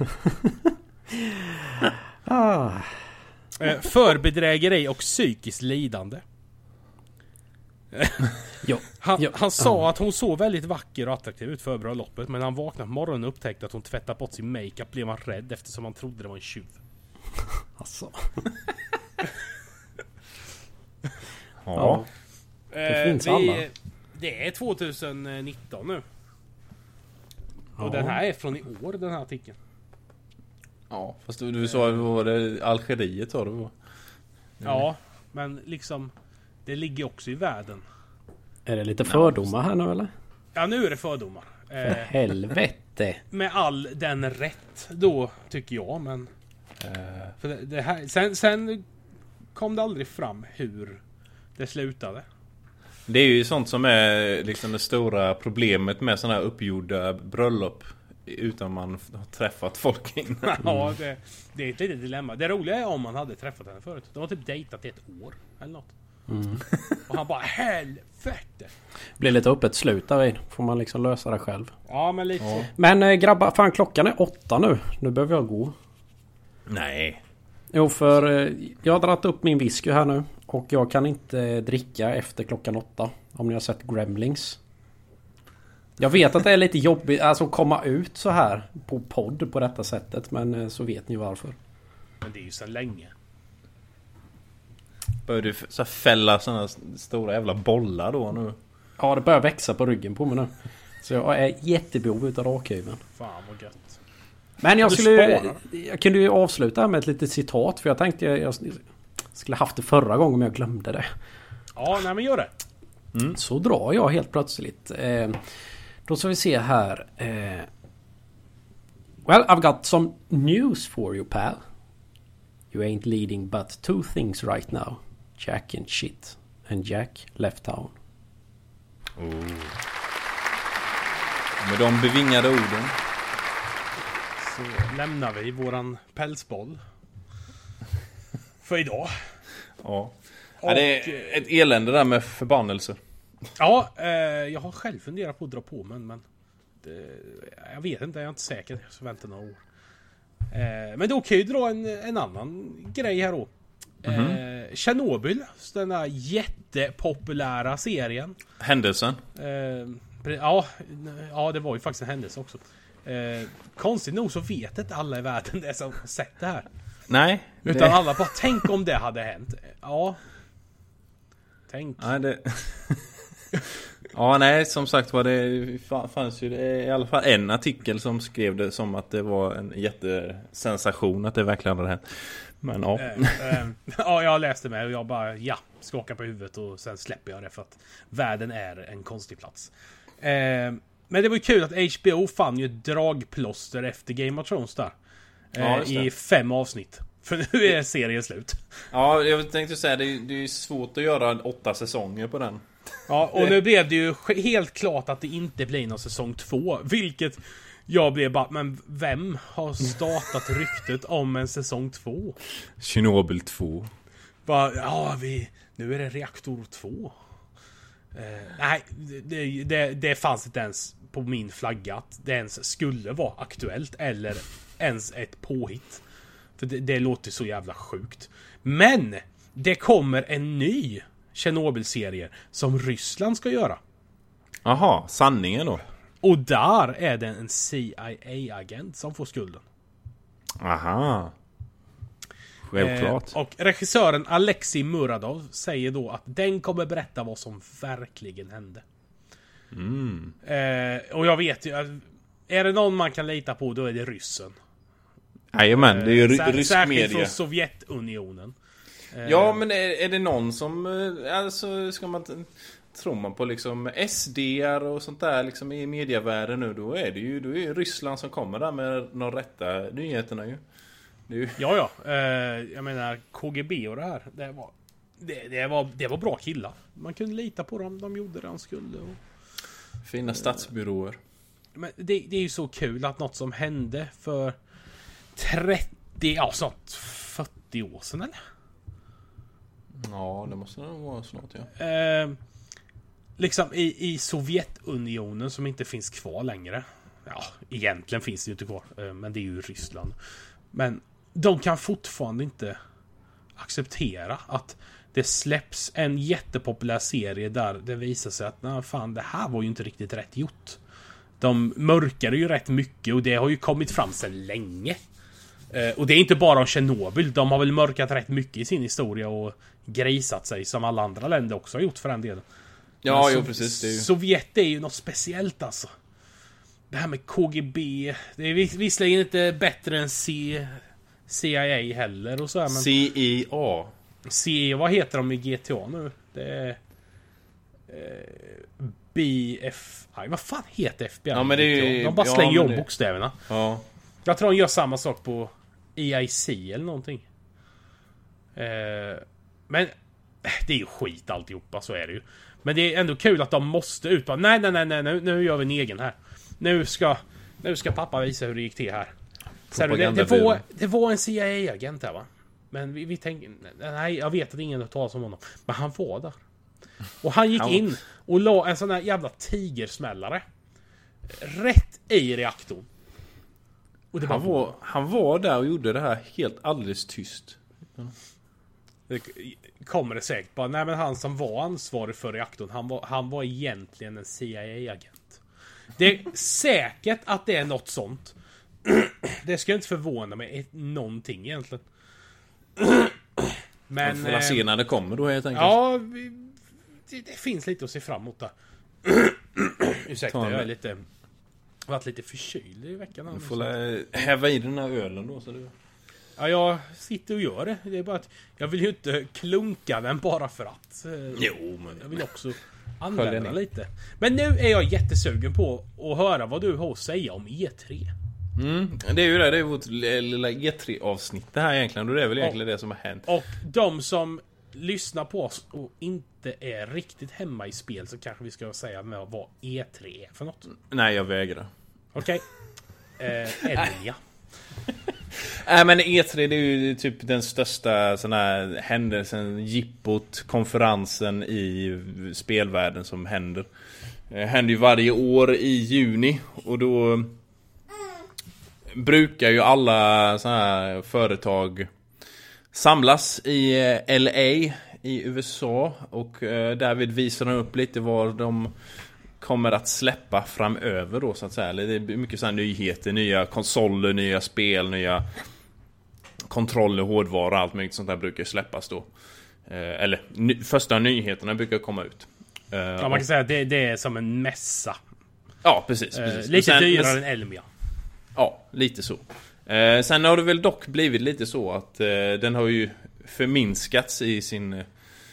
ah. eh, för bedrägeri och psykiskt lidande. jo. Han, jo. han sa ah. att hon såg väldigt vacker och attraktiv ut för bröllopet, men när han vaknade på morgonen och upptäckte att hon tvättat bort sin makeup blev han rädd eftersom han trodde det var en tjuv. Alltså. ja. Det eh, finns vi, alla. Det är tjugonitton nu. Ja. Och den här är från i år, den här artikeln. Ja, fast du, du sa var det Algeriet sa du var. Ja, men liksom det ligger också i världen. Är det lite fördomar här nu eller? Ja, nu är det fördomar. För eh, helvete. Med all den rätt då, tycker jag, men eh, för det, det här, sen, sen kom det aldrig fram hur det slutade. Det är ju sånt som är liksom det stora problemet med sådana här uppgjorda bröllop utan man har träffat folk innan. Ja, det, det är ett litet dilemma. Det roliga är om man hade träffat henne förut. De har typ dejtat i ett år eller något. Mm. Och han bara, helvete. Blir lite öppet slut där vid. Får man liksom lösa det själv. Ja, men lite ja. Men äh, grabbar, fan klockan är åtta nu. Nu behöver jag gå. Nej. Jo, för äh, jag har dragit upp min whisky här nu. Och jag kan inte äh, dricka efter klockan åtta. Om ni har sett Gremlings. Jag vet att det är lite jobbigt alltså, att komma ut så här på podd på detta sättet. Men äh, så vet ni varför. Men det är ju så länge. Börjar du så fälla såna stora jävla bollar då nu? Ja, det börjar växa på ryggen på mig nu. Så jag är jättebehov utav rakhyveln. Fan vad gött. Men jag skulle... Jag kunde ju avsluta med ett litet citat. För jag tänkte... Jag, Skulle haft det förra gången om jag glömde det. Ja, nej men gör det. Mm. Så drar jag helt plötsligt. Eh, då ska vi se här. Eh, well, I've got some news for you, pal. You ain't leading but two things right now. Jack and shit. And Jack left town. Oh. Med de bevingade orden så lämnar vi våran pälsboll för idag. Ja. Och, ja, det är ett elände där med förbannelser. Ja, eh, jag har själv funderat på att dra på mig, men det, jag vet inte, jag är inte säker. Så vänta några år. Eh, men då kan jag ju dra en, en annan grej här då. Mm-hmm. Eh, Chernobyl, den här jättepopulära serien. Händelsen. Eh, ja, ja, det var ju faktiskt en händelse också. Eh, konstigt nog så vet inte alla i världen det som sett det här. Nej. Utan det... alla bara, tänk om det hade hänt. Ja. Tänk. Nej, det... ja, nej, som sagt var det fanns ju det, i alla fall en artikel som skrev det som att det var en jättesensation att det verkligen hade hänt. Men ja. Äh, äh, ja, jag läste med och jag bara, ja, skakar på huvudet och sen släpper jag det för att världen är en konstig plats. Äh, men det var ju kul att H B O fann ju ett dragplåster efter Game of Thrones där. Äh, ja, i fem avsnitt. För nu är serien slut. Ja, jag tänkte säga, det är, det är svårt att göra åtta säsonger på den. Ja, och nu blev det ju helt klart att det inte blir någon säsong två. Vilket jag blev bara, men vem har startat ryktet om en säsong två? Chernobyl två. Bara, ja, vi, nu är det reaktor två. Eh, nej, det, det, det fanns inte ens på min flagga att det ens skulle vara aktuellt. Eller ens ett påhitt. För det, det låter så jävla sjukt. Men det kommer en ny Chernobyl-serie som Ryssland ska göra. Aha, sanningen då. Och där är det en C I A-agent som får skulden. Aha. Självklart. Eh, och regissören Alexei Muradov säger då att den kommer berätta vad som verkligen hände. Mm. Eh, och jag vet ju att är det någon man kan lita på, då är det ryssen. Jajamän, det är ju eh, rysk särskilt media. Från Sovjetunionen. Eh, ja, men är, är det någon som... Alltså, ska man... Tror man på liksom S D R och sånt där liksom i medievärlden nu, då är det ju då är det Ryssland som kommer där med de rätta nyheterna ju. Det är ju... Ja, ja. Eh, jag menar K G B och det här. Det var, det, det var, det var bra killar. Man kunde lita på dem. De gjorde det de skulle. Och, fina eh, statsbyråer. Men det, det är ju så kul att något som hände för trettio, ja snart fyrtio år sedan, eller? Ja, det måste det vara snart, ja. Eh, liksom i, i Sovjetunionen som inte finns kvar längre. Ja, egentligen finns det ju inte kvar. Eh, men det är ju Ryssland. Men de kan fortfarande inte acceptera att det släpps en jättepopulär serie där det visar sig att nej, fan, det här var ju inte riktigt rätt gjort. De mörkade ju rätt mycket och det har ju kommit fram sedan länge. Eh, och det är inte bara om Chernobyl. De har väl mörkat rätt mycket i sin historia och grisat sig som alla andra länder också har gjort för den delen. Ja, so- jo, precis. Det är ju... Sovjet är ju något speciellt alltså. Det här med K G B, det är vis- visserligen inte bättre än C- C I A heller och så här, men C I A. C I A, vad heter de i G T A nu? Det är eh, B F I. Vad fan heter F B I? Ja, men det är ju... De bara ja, slänger om det... bokstäverna. Ja. Jag tror de gör samma sak på E I C eller någonting. Eh, men det är ju skit alltihopa, så är det ju. Men det är ändå kul att de måste ut på, nej, nej, nej, nej, nu, nu gör vi en egen här. Nu ska, nu ska pappa visa hur det gick till här. Så det, det, var, det var en C I A-agent här, va? Men vi, vi tänkte, nej, jag vet att ingen har talat om honom. Men han var där. Och han gick in och la en sån här jävla tigersmällare rätt i reaktorn. Och det han, var, var, han var där och gjorde det här helt alldeles tyst. Det kommer det säkert bara, nej men han som var ansvarig för reaktorn, han var, han var egentligen en C I A-agent. Det är säkert att det är något sånt. Det ska inte förvåna mig någonting egentligen. Men får se när det kommer då helt enkelt. Ja, vi, det, det finns lite att se fram emot där. Ursäkta, jag är lite varit lite förkyld i veckan. Du får häva i den här ölen då så du. Ja, jag sitter och gör det. Det är bara att jag vill ju inte klunka den bara för att. Jo, men... Jag vill också använda lite. Men nu är jag jättesugen på att höra vad du har att säga om E tre. Mm, det är ju det, det är vårt lilla E tre-avsnitt det här egentligen. Och det är väl egentligen och, det som har hänt. Och de som lyssnar på oss och inte är riktigt hemma i spel, så kanske vi ska säga med vad E tre är för något. Nej, jag vägrar. Okej. Okay. Eh, Elja. Nej, men E tre, det är ju typ den största sån här händelsen, jippot, konferensen i spelvärlden som händer. Det händer ju varje år i juni. Och då brukar ju alla såna här företag samlas i L A i U S A. Och därvid visar de upp lite vad de kommer att släppa framöver då, så att säga. Det är mycket sådana nyheter, nya konsoler, nya spel, nya kontroller, hårdvara, allt möjligt sånt där brukar släppas då. Eh, eller ny, första nyheterna brukar komma ut. Eh, ja, man kan och, säga att det, det är som en mässa. Ja, precis. precis. Eh, lite sen, dyrare men, än Elmia. Ja, lite så. Eh, sen har det väl dock blivit lite så att eh, den har ju förminskats i sin eh,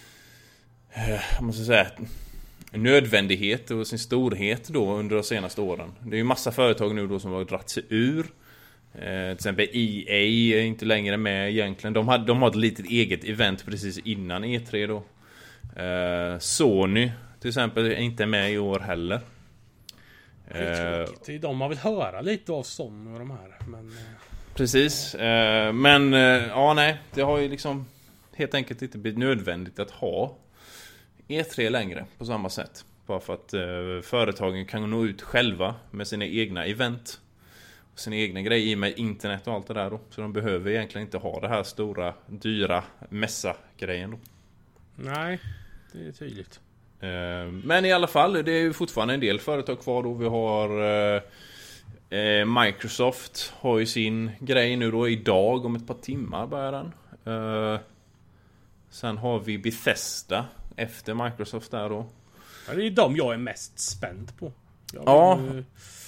vad man ska säga, nödvändighet och sin storhet då under de senaste åren. Det är ju massa företag nu då som har dratt sig ur. Eh, till exempel E A är inte längre med egentligen. De har, de har ett litet eget event precis innan E tre då. Eh, Sony till exempel är inte med i år heller. Eh, de har väl höra lite av Sony och de här. Men, eh. Precis. Eh, men eh, ja, nej. Det har ju liksom helt enkelt inte blivit nödvändigt att ha E tre längre på samma sätt. Bara för att eh, företagen kan nå ut själva med sina egna event. Och sina egna grejer med internet och allt det där då. Så de behöver egentligen inte ha det här stora, dyra mässa-grejen då. Nej, det är tydligt. Eh, men i alla fall, det är ju fortfarande en del företag kvar då. Vi har eh, eh, Microsoft har ju sin grej nu då. Idag om ett par timmar börjar den. Eh, sen har vi Bethesda efter Microsoft där då. Ja, det är de jag är mest spänd på. Jag ja. Vill,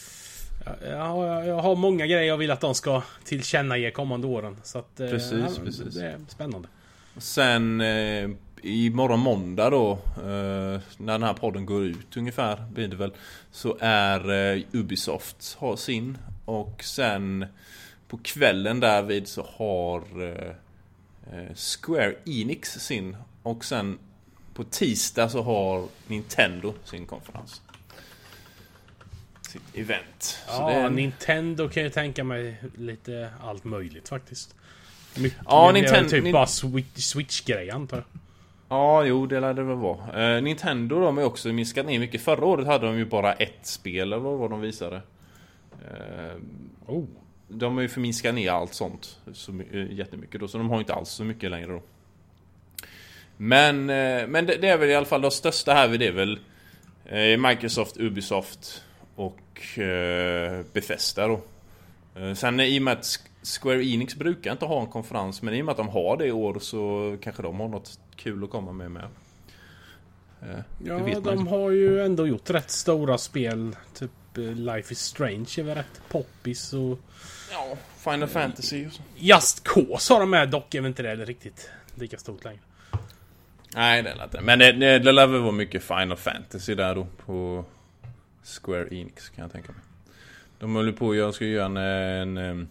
jag, jag har många grejer jag vill att de ska tillkännage kommande åren. Så att, precis, ja, precis. Det är spännande. Sen eh, imorgon måndag då, eh, när den här podden går ut ungefär, blir det väl, så är eh, Ubisoft har sin. Och sen på kvällen därvid så har eh, Square Enix sin. Och sen på tisdag så har Nintendo sin konferens. Sitt event. Ja, så det är... Nintendo kan jag tänka mig lite allt möjligt faktiskt. Mycket, ja, Nintendo typ Nin... bara Switch-grej antar jag. Ja, jo, det lär det väl vara. Uh, Nintendo de är också minskat ner mycket. Förra året hade de ju bara ett spel, eller vad de visade. Uh, oh. De har ju förminskat ner allt sånt så uh, jättemycket då, så de har inte alls så mycket längre då. Men, men det, det är väl i alla fall de största här, det är väl eh, Microsoft, Ubisoft och eh, Bethesda då. Eh, sen i och med att Square Enix brukar inte ha en konferens, men i och med att de har det i år så kanske de har något kul att komma med med. Eh, ja, de har ju ändå gjort rätt stora spel, typ Life is Strange är väl rätt poppis och... Ja, Final Fantasy och så. Just Cause har de med, dock är väl inte det riktigt lika stort längre. Nej, det lät det. Men det, det, det lär väl vara mycket Final Fantasy där då på Square Enix, kan jag tänka mig. De håller på, jag ska göra en en,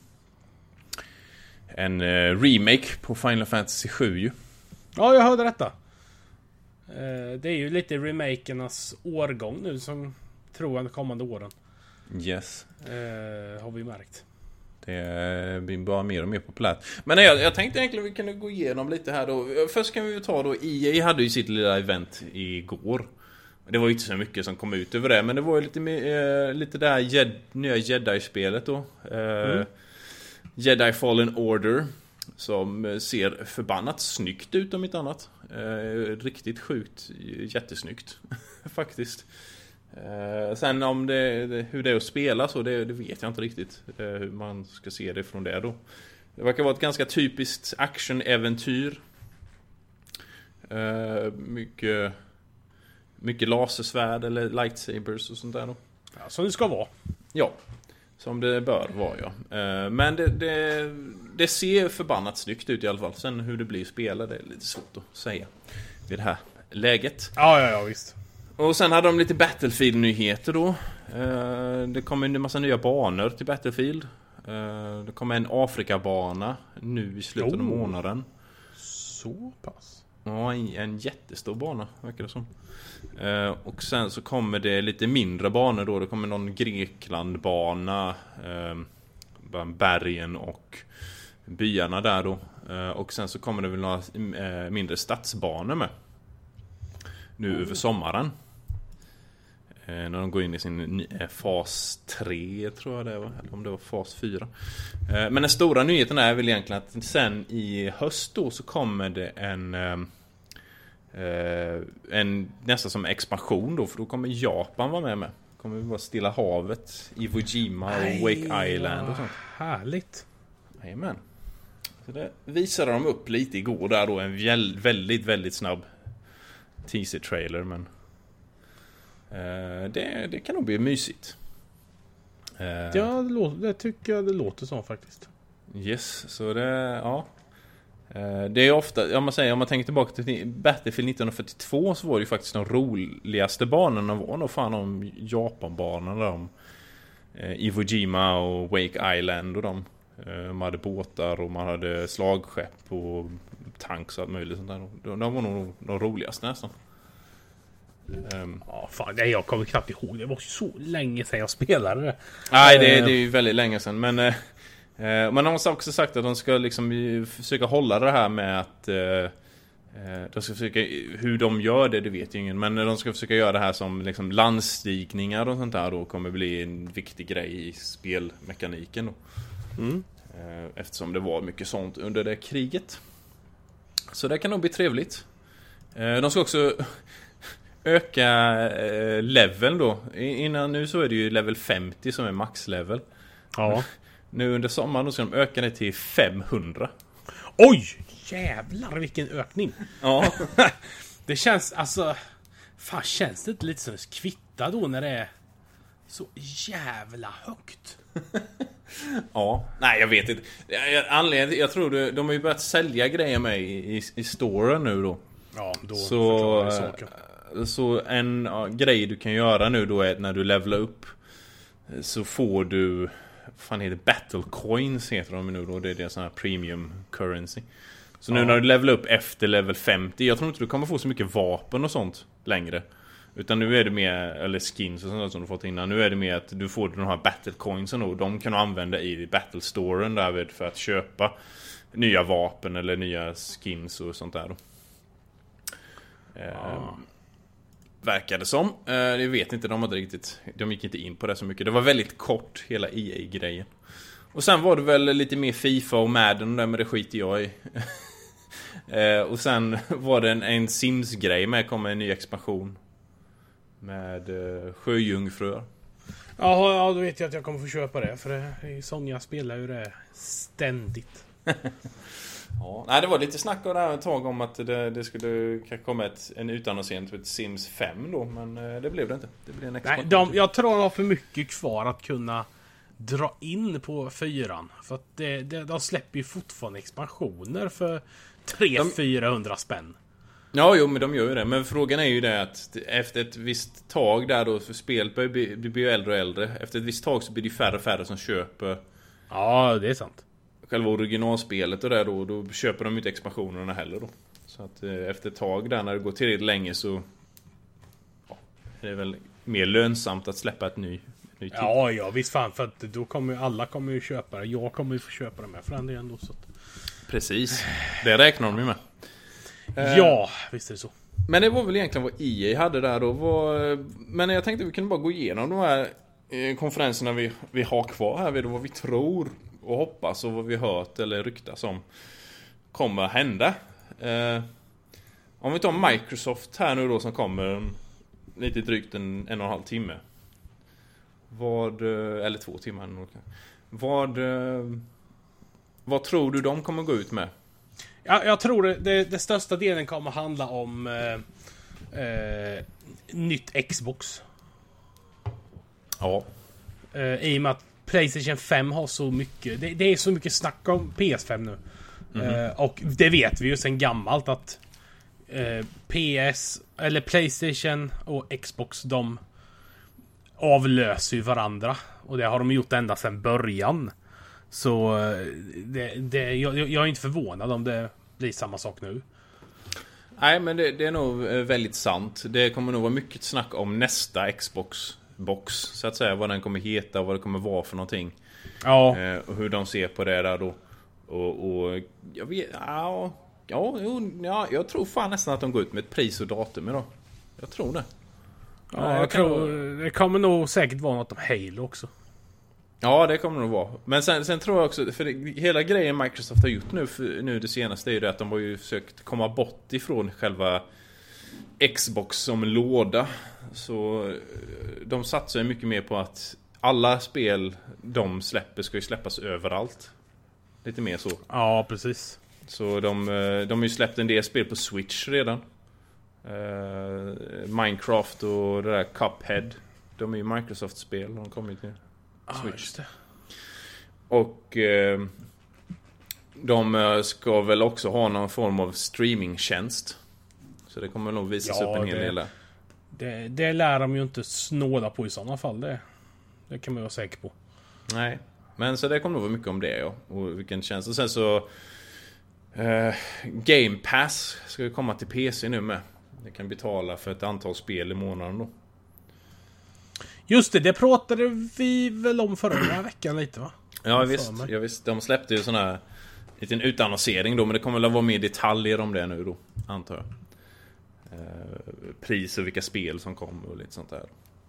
en remake på Final Fantasy sju ju. Ja, jag hörde detta. Det är ju lite remakernas årgång nu som tror jag de kommande åren. Yes. Har vi märkt. Det blir bara mer och mer populärt. Men jag, jag tänkte egentligen att vi kunde gå igenom lite här då. Först kan vi ta då, E A hade ju sitt lilla event igår. Det var ju inte så mycket som kom ut över det, men det var ju lite, eh, lite där jed, nya Jedi-spelet då. Eh, mm. Jedi Fallen Order, som ser förbannat snyggt ut om inte annat. Eh, riktigt sjukt, jättesnyggt faktiskt. Eh, sen om det, det, hur det är att spela så, det, det vet jag inte riktigt eh, hur man ska se det från det då. Det verkar vara ett ganska typiskt action-äventyr. Eh, mycket mycket lasersvärd eller lightsabers och sånt där då. Ja, som det ska vara. Ja. Som det bör vara, ja. Men det, det, det ser förbannat snyggt ut i alla fall. Sen hur det blir spela, det är lite svårt att säga vid det här läget. Ja, ja, ja, visst. Och sen hade de lite Battlefield-nyheter då. Det kommer en massa nya banor till Battlefield. Det kommer en Afrikabana nu i slutet av Oh. månaden. Så pass. Ja, en, en jättestor bana, verkar det som. Eh, och sen så kommer det lite mindre banor då. Det kommer någon Greklandbana, eh, bergen och byarna där då. Eh, och sen så kommer det väl några eh, mindre stadsbanor med. Nu mm. över sommaren. Eh, när de går in i sin eh, fas tre, tror jag det var. Eller om det var fas fyra. Eh, men den stora nyheten är väl egentligen att sen i höst då så kommer det en... Eh, Uh, en nästan som expansion då, för då kommer Japan vara med med. Kommer vi vara Stilla havet, Iwo Jima och Aj, Wake Island och sånt. Härligt. Jajamän. Så det visade de upp lite igår där då, en väl, väldigt väldigt snabb teaser trailer, men uh, det, det kan nog bli mysigt. Uh, ja, det, låter, det tycker jag det låter som faktiskt. Yes, så det, ja. Det är ofta, om man säger, om man tänker tillbaka till Battlefield nittonhundrafyrtiotvå, så var det ju faktiskt de roligaste banorna var nog fan om Japanbanorna, de Iwo Jima och Wake Island och de. Man hade båtar och man hade slagskepp och tanks och allt möjligt sånt där. De, de var nog de roligaste nästan. Um, ja, fan, nej, jag kommer knappt ihåg. Det var så länge sedan jag spelade det. Nej, det, det är ju väldigt länge sedan, men men de har också sagt att de ska liksom försöka hålla det här med att eh, de ska försöka, hur de gör det, det vet ju ingen, men de ska försöka göra det här som liksom landstigningar och sånt där då kommer bli en viktig grej i spelmekaniken då. Mm. Eftersom det var mycket sånt under det kriget. Så det kan nog bli trevligt. De ska också öka leveln då. Innan nu så är det ju level femtio som är maxlevel. Ja. Nu under sommaren då ska de öka det till femhundra. Oj! Jävlar vilken ökning. Ja. Det känns, alltså... Fan, känns det inte lite som kvitta då när det är så jävla högt? Ja, nej jag vet inte. Anledningen, jag tror det, de har ju börjat sälja grejer med i, i, i storen nu då. Ja, då så, så en ja, grej du kan göra nu då är att när du levlar upp så får du... fan heter det? Battle Coins heter de nu då. Det är det sån här premium currency. Så nu ja. När du levelar upp efter level femtio, jag tror inte du kommer få så mycket vapen och sånt längre. Utan nu är det mer, eller skins och sånt som du fått innan. Nu är det mer att du får de här Battle Coinsen och de kan du använda i Battle Storen därvid för att köpa nya vapen eller nya skins och sånt där då. Ja. Eh, verkar det som. Eh, jag vet inte, de hade riktigt, de gick inte in på det så mycket. Det var väldigt kort, hela E A-grejen. Och sen var det väl lite mer FIFA och Madden och där, men det skiter jag i. eh, och sen var det en, en Sims-grej med, kom en ny expansion. Med eh, sjöjungfrur. Ja, ja, då vet jag att jag kommer få köpa det. För det, Sonja spelar ju det ständigt. Ja, nej, det var lite snack och där ett tag om att det, det skulle komma ett, en utannonsering till ett Sims fem då, men det blev det inte. Det blev en nej, de, jag tror de har för mycket kvar att kunna dra in på fyran. För att det, det, de släpper ju fortfarande expansioner för tre till fyrahundra spänn. Ja, jo, men de gör ju det. Men frågan är ju det att efter ett visst tag där då, för spelet blir, blir, blir äldre och äldre. Efter ett visst tag så blir det färre och färre som köper. Ja, det är sant. Själva originalspelet och där då, då köper de inte expansionerna heller då. Så att eh, efter ett tag där när det går tillräckligt länge så ja, är det väl mer lönsamt att släppa ett ny, ny tid. Ja, ja, visst fan, för att då kommer ju alla kommer ju köpa det. Jag kommer ju få köpa det med för det ändå så att... Precis. Det räknar de ju med. Ja, visst är det så. Men det var väl egentligen vad E A hade där då. Var, men jag tänkte att vi kunde bara gå igenom de här konferenserna vi, vi har kvar här vid vad vi tror och hoppas och vad vi hört eller ryktas om kommer att hända. Eh, om vi tar Microsoft här nu då som kommer lite drygt en, en och en halv timme. Vad, eller två timmar. Vad, vad tror du de kommer gå ut med? Ja, jag tror det, det, det största delen kommer handla om eh, eh, nytt Xbox. Ja. Eh, I och med att PlayStation fem har så mycket. Det, det är så mycket snack om P S fem nu. Mm-hmm. Uh, och det vet vi ju sen gammalt att uh, P S eller PlayStation och Xbox, de avlöser ju varandra. Och det har de gjort ända sedan början. Så det, det, jag, jag är inte förvånad om det blir samma sak nu. Nej, men det, det är nog väldigt sant. Det kommer nog vara mycket snack om nästa Xbox box, så att säga. Vad den kommer heta och vad det kommer vara för någonting. Ja. Eh, och hur de ser på det där då. Och, och jag vet, ja, ja, ja, jag tror fan nästan att de går ut med ett pris och datum idag. Jag tror det. Ja, jag jag kan tror vara... det kommer nog säkert vara något om Halo också. Ja, det kommer det nog vara. Men sen, sen tror jag också, för det, hela grejen Microsoft har gjort nu, för, nu det senaste är ju det att de har ju försökt komma bort ifrån själva Xbox som låda. Så de satsar ju mycket mer på att alla spel de släpper ska ju släppas överallt. Lite mer så. Ja, precis. Så de, de har ju släppt en del spel på Switch redan. Uh, Minecraft och det där Cuphead. De är ju Microsoft-spel. De kommer ju till Switch. Ja, och uh, de ska väl också ha någon form av streamingtjänst. Så det kommer nog visas ja, upp en hel det, del där. Det, det lär de ju inte snåda på i sådana fall. Det, det kan man vara säker på. Nej. Men så det kommer nog vara mycket om det, ja. Och vilken tjänst. Och sen så uh, Game Pass ska ju komma till P C nu med. Jag kan betala för ett antal spel i månaden då. Just det, det pratade vi väl om förra veckan lite, va? Ja visst, ja, visst. De släppte ju sån här liten utannonsering då. Men det kommer väl vara mer detaljer om det nu då, antar jag. uh, Pris och vilka spel som kommer och lite sånt där.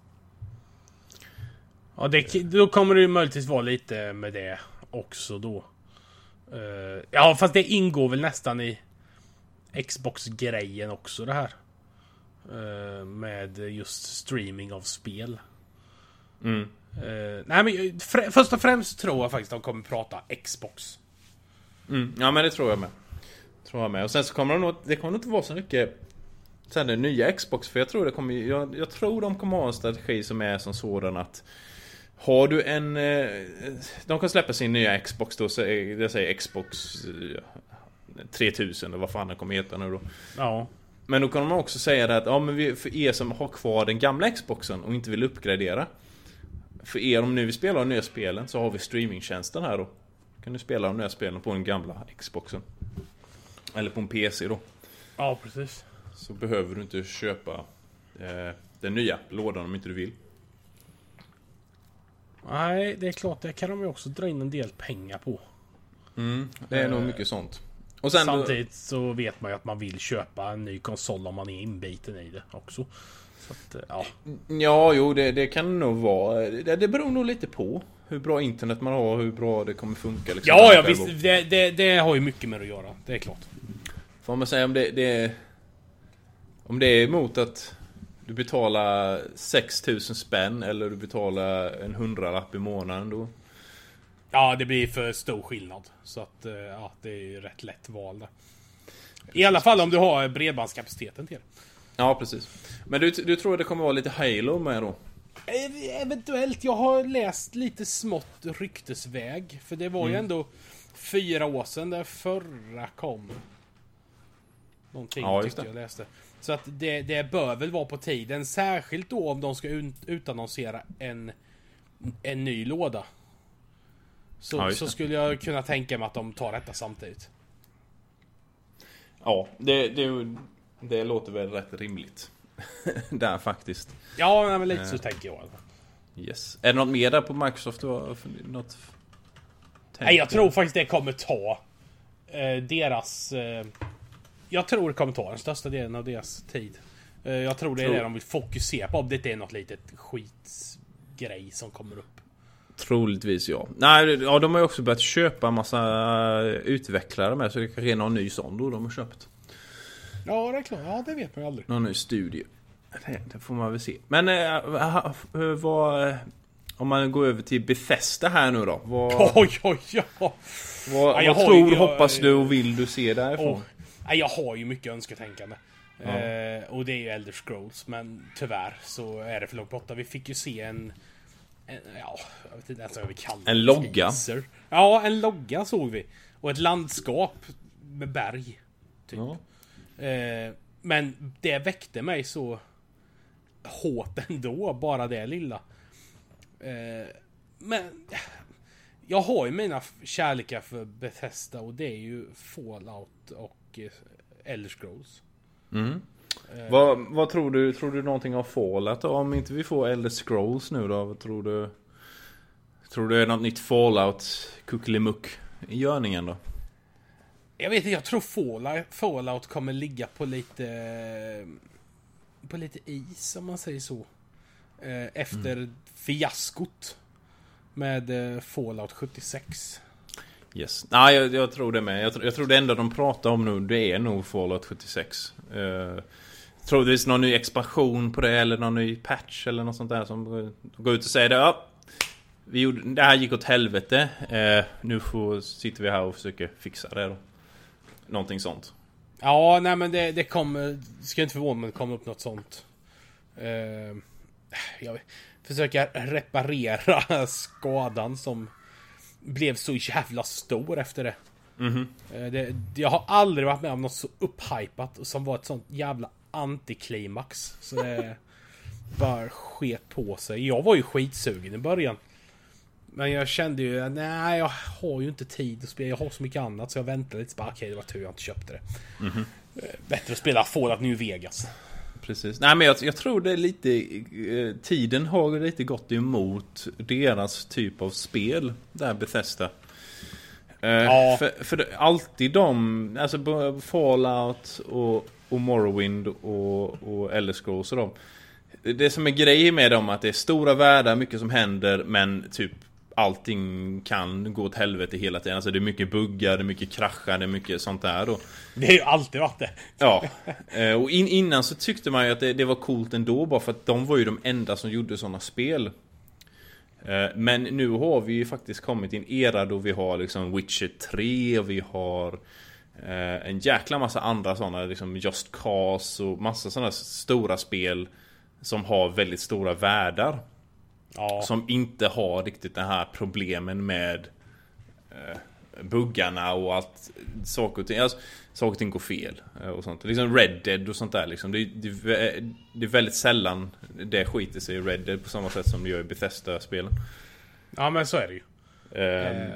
Ja, det, då kommer det ju möjligtvis vara lite med det också då. Uh, ja, fast det ingår väl nästan i Xbox-grejen också det här. Uh, med just streaming av spel. Mm. Uh, nej men fr- först och främst tror jag faktiskt att de kommer prata Xbox. Mm. Ja men det tror jag med. Tror jag med. Och sen så kommer det nog, det kommer nog inte vara så mycket sen det nya Xbox, för jag tror det kommer jag, jag tror de kommer ha en strategi som är som sådan att har du en de kan släppa sin nya Xbox då, det säger Xbox tre tusen eller vad fan det kommer heta nu då. Ja. Men då kan man också säga det att ja, men vi, för er som har kvar den gamla Xboxen och inte vill uppgradera, för er om nu vi spelar de nya spelen så har vi streamingtjänsten här då. Kan du spela de nya spelen på den gamla Xboxen eller på en P C då. Ja, precis. Så behöver du inte köpa eh, den nya lådan om inte du vill. Nej, det är klart, det kan de ju också dra in en del pengar på. Mm, det är eh, nog mycket sånt. Och sen samtidigt då, så vet man ju att man vill köpa en ny konsol om man är inbiten i det också. Så att, ja. Ja, jo, det, det kan nog vara. Det, det beror nog lite på hur bra internet man har, hur bra det kommer funka. Liksom, ja, ja, visst. Det, det, det har ju mycket med att göra. Det är klart. Får man säga om det, det om det är emot att du betalar sex tusen spänn eller du betalar en hundralapp i månaden då? Ja, det blir för stor skillnad. Så att, ja, det är ju rätt lätt val där. I alla fall om du har bredbandskapaciteten till det. Ja, precis. Men du, du tror det kommer vara lite Halo med då? Eventuellt, jag har läst lite smått ryktesväg. För det var mm. ju ändå fyra år sedan där förra kom. Någonting ja, tyckte jag läste. Så att det, det bör väl vara på tiden. Särskilt då om de ska ut, utannonsera en, en ny låda. Så, ja, så skulle jag kunna tänka mig att de tar detta samtidigt. Ja, det, det, det låter väl rätt rimligt. Där faktiskt. Ja, nej, men lite så uh, tänker jag. Yes. Är det något mer där på Microsoft? Då? Något nej, jag tror faktiskt det kommer ta eh, deras... Eh, jag tror det kommer ta den största delen av deras tid. Eh, jag tror det är tror... det de vill fokusera på. Om det inte är något litet skitgrej som kommer upp. Troligtvis ja. Nej, ja, de har ju också börjat köpa en massa utvecklare med. Så det kanske är någon ny sån då de har köpt. Ja, det är klart. Ja, det vet man ju aldrig. Någon ny studio. Det, det får man väl se. Men äh, vad... Om man går över till Bethesda här nu då. Vad, oj, oj, ja. Vad, ja, vad tror, ju, hoppas du och vill du se därifrån? Oh, jag har ju mycket önsketänkande. Ja. Eh, och det är ju Elder Scrolls. Men tyvärr så är det för långt borta. Vi fick ju se en en, ja, jag vet inte ens vad vi kallar det. En logga. Teaser. Ja, en logga såg vi. Och ett landskap med berg. Typ. Ja. Eh, men det väckte mig så hårt ändå, bara det lilla. Eh, men jag har ju mina kärlekar för Bethesda, och det är ju Fallout och eh, Elder Scrolls. Mm. Eh. Vad, vad tror du? Tror du någonting av Fallout då? Om inte vi får Elder Scrolls nu då, vad tror du? Tror du det är något nytt Fallout kuckelimuck i görningen då? Jag vet inte, jag tror Fallout, Fallout kommer ligga på lite på lite is, om man säger så. Efter mm. fiaskot med Fallout sjuttiosex. Yes. Nej, jag, jag tror det med. Jag, jag tror det enda de pratar om nu, det är nog Fallout sjuttiosex. Uh, troligtvis någon ny expansion på det, eller någon ny patch eller något sånt där som går ut och säger det. Ja, vi gjorde, det här gick åt helvete. Uh, nu får, sitter vi här och försöker fixa det då. Någonting sånt. Ja, nej men det, det kommer, ska inte förvåna mig, det kommer upp något sånt. Uh, jag försöker reparera skadan som blev så jävla stor efter det. Mm-hmm. Uh, det jag har aldrig varit med om något så upphypat som var ett sånt jävla antiklimax. Så det bara sket på sig. Jag var ju skitsugen i början. Men jag kände ju, nej, jag har ju inte tid att spela. Jag har så mycket annat, så jag väntade lite. Bara, okej, det var tur jag inte köpte det. Mm-hmm. Bättre att spela Fallout New Vegas. Precis. Nej, men jag, jag tror det är lite eh, tiden har lite gått emot deras typ av spel där Bethesda. Eh, ja. För, för det, alltid de, alltså Fallout och, och Morrowind och, och Elder Scrolls och de. Det som är grejen med dem att det är stora världar, mycket som händer, men typ allting kan gå åt helvete hela tiden. Alltså det är mycket buggar, det är mycket kraschar, det är mycket sånt där då. Det har ju alltid varit det. Ja. Och in, innan så tyckte man ju att det, det var coolt ändå, bara för att de var ju de enda som gjorde sådana spel. Men nu har vi ju faktiskt kommit i en era då vi har liksom Witcher tre, och vi har en jäkla massa andra sådana, liksom Just Cause och massa sådana stora spel som har väldigt stora världar. Ja. Som inte har riktigt den här problemen med eh, buggarna och allt, saker och ting, alltså, saker och ting går fel eh, och sånt. Liksom Red Dead och sånt där liksom. det, det, det är väldigt sällan det skiter sig i Red Dead på samma sätt som det gör i Bethesda-spelen. Ja, men så är det ju. eh, eh.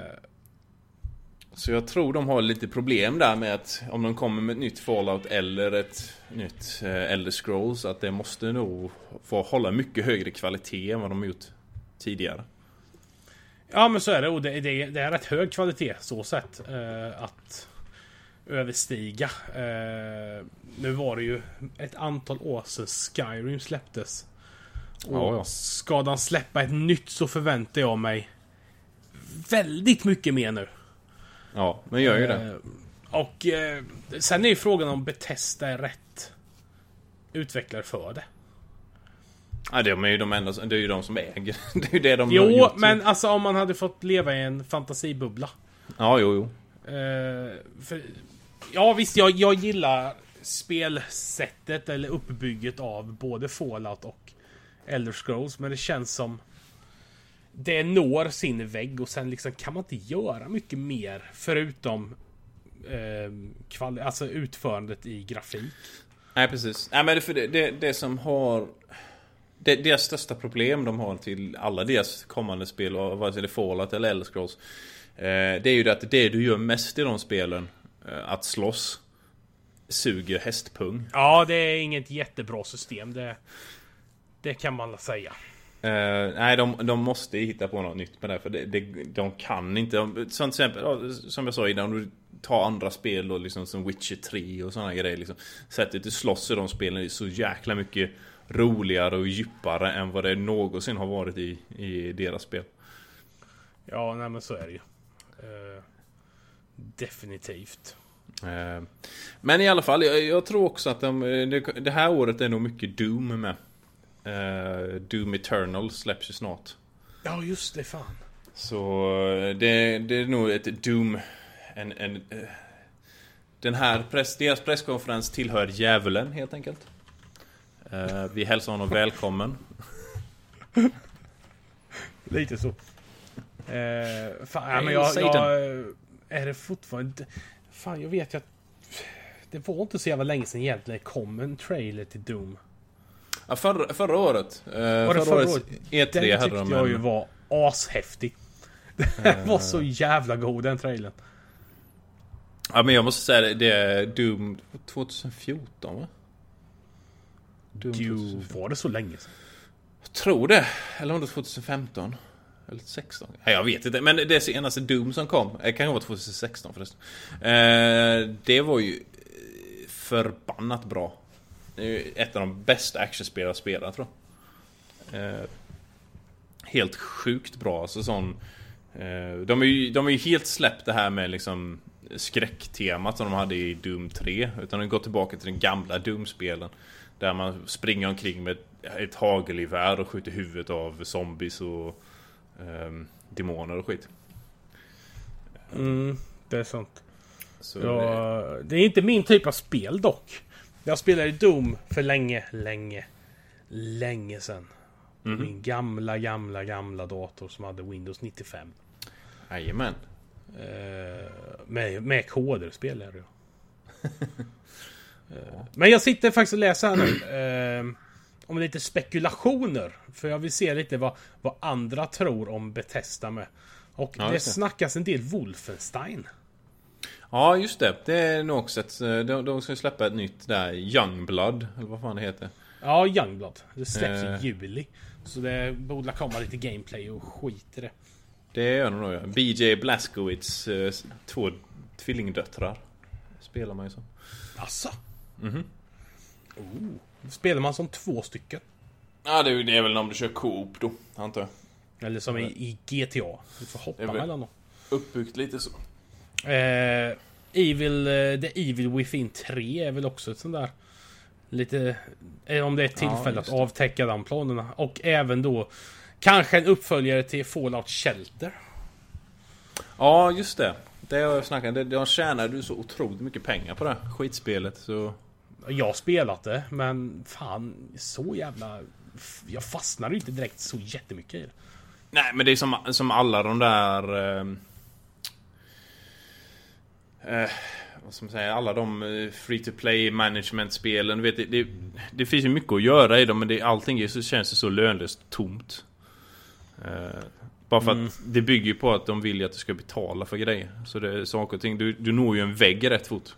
Så jag tror de har lite problem där med att om de kommer med ett nytt Fallout eller ett nytt eh, Elder Scrolls, att det måste nog få hålla mycket högre kvalitet än vad de har gjort tidigare. Ja, men så är det. Och det, det, det är rätt hög kvalitet så sett eh, att överstiga. Eh, nu var det ju ett antal år sedan Skyrim släpptes. Och ja, ja. ska de släppa ett nytt så förväntar jag mig väldigt mycket mer nu. Ja, men gör ju eh, det. Och eh, sen är ju frågan om Bethesda är rätt utvecklare för det. Ja, det är ju de enda, det är ju de som äger. Det är ju det de jo, har gjort. men alltså om man hade fått leva i en fantasibubbla. Ja, jo, jo. Uh, för, ja, visst, jag, jag gillar spelsättet eller uppbygget av både Fallout och Elder Scrolls, men det känns som det når sin vägg och sen liksom kan man inte göra mycket mer förutom uh, kvali- alltså utförandet i grafik. Nej, precis. Nej, men det, för det, det, det som har det, deras största problem de har till alla deras kommande spel, vare sig det är Fallout eller Elder Scrolls, eh, det är ju det att det du gör mest i de spelen, eh, att slåss, suger hästpung. Ja, det är inget jättebra system, det, det kan man säga. Eh, nej, de, de måste hitta på något nytt med det, för det, det, de kan inte. Som till exempel, som jag sa innan, du tar andra spel då, liksom som Witcher tre och sådana grejer. Liksom. Sättet du slåss i de spelen är så jäkla mycket roligare och djupare än vad det någonsin har varit i, i deras spel. Ja, nej, men så är det ju. Uh, definitivt. Uh, men i alla fall, jag, jag tror också att de, det, det här året är nog mycket Doom med. Uh, Doom Eternal släpps ju snart. Ja, just det, fan. Så det, det är nog ett Doom. En, en, uh, den här press, deras presskonferens tillhör djävulen helt enkelt. Uh, vi hälsar honom välkommen. Lite så. Eh, fan, ja, men jag, jag... Är det fortfarande... Fan, jag vet ju att... Det var inte så jävla länge sedan egentligen kom en trailer till Doom. Ja, förra, förra året. Eh, Var det förra, förra året året? E tre Den hade tyckte de jag en... ju var ashäftig. Den var så jävla god, den trailern. Ja, men jag måste säga det, det är Doom tjugo fjorton, va? Doom Jo, var det så länge sedan? Jag tror det. Eller om det var tjugo femton. Eller sexton. Nej, jag vet inte. Men det senaste Doom som kom. Det kan vara tjugo sexton förresten. Eh, det var ju förbannat bra. Det är ju ett av de bästa actionspel jag spelat, tror jag. Eh, helt sjukt bra. Alltså sån... Eh, de är ju de är ju helt släppt det här med liksom skräcktemat som de hade i Doom tre. Utan de går tillbaka till den gamla Doom-spelen. Där man springer omkring med ett hagelgevär och skjuter huvudet av zombies och um, demoner och skit. Mm, det är sant. Så Ja, det... det är inte min typ av spel dock. Jag spelade Doom för länge, länge, länge sedan. Mm-hmm. Min gamla, gamla, gamla dator som hade Windows nittiofem. Jajamän. Uh, med, med koder spelade jag. uh, men jag sitter faktiskt och läser här nu. Uh, om lite spekulationer. För jag vill se lite vad, vad andra tror om Bethesda med. Och ja, det, det snackas en del Wolfenstein. Ja, just det. Det är nog också ett... De, de ska släppa ett nytt där. Youngblood. Eller vad fan det heter. Ja, Youngblood. Det släpps uh. i juli. Så det borde komma lite gameplay och skit i det. Det gör de nog, ja. B J Blazkowicz eh, två tvillingdöttrar spelar man ju så. Asså? Mhm. Oh. Spelar man som två stycken? Ja, det är, det är väl om du kör co-op då, antar jag. Eller som i, i G T A. Du får hoppa väl mellan dem. Uppbyggt lite så. Eh, Evil, uh, The Evil Within tre är väl också ett sånt där... Lite... Eh, om det är ett tillfälle ja, att avtäcka de planerna. Och även då... Kanske en uppföljare till Fallout Shelter. Ja, just det. Det har jag snackat. Det, de tjänar du så otroligt mycket pengar på det här skitspelet. Så... Jag har spelat det, men fan, så jävla... Jag fastnar inte direkt så jättemycket i det. Nej, men det är som, som alla de där... Eh, eh, vad ska man säga? Alla de eh, free-to-play management-spelen. Vet, det, det, det finns ju mycket att göra i dem, men det, allting är så, känns det så lönlöst tomt. Eh, bara för mm. att det bygger ju på att de vill att du ska betala för grejer. Så det är saker och ting. Du, du når ju en vägg rätt fort.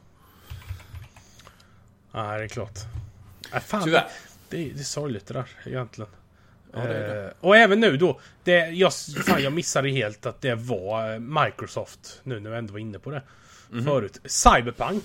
Ja, det är klart. Äh, fan, Tyvärr. Det, det, det är sorgligt det där, egentligen. Ja, det är det. Eh, och även nu då. Det, jag, fan, jag missade helt att det var Microsoft. Nu när jag ändå var inne på det. Mm-hmm. Förut. Cyberpunk.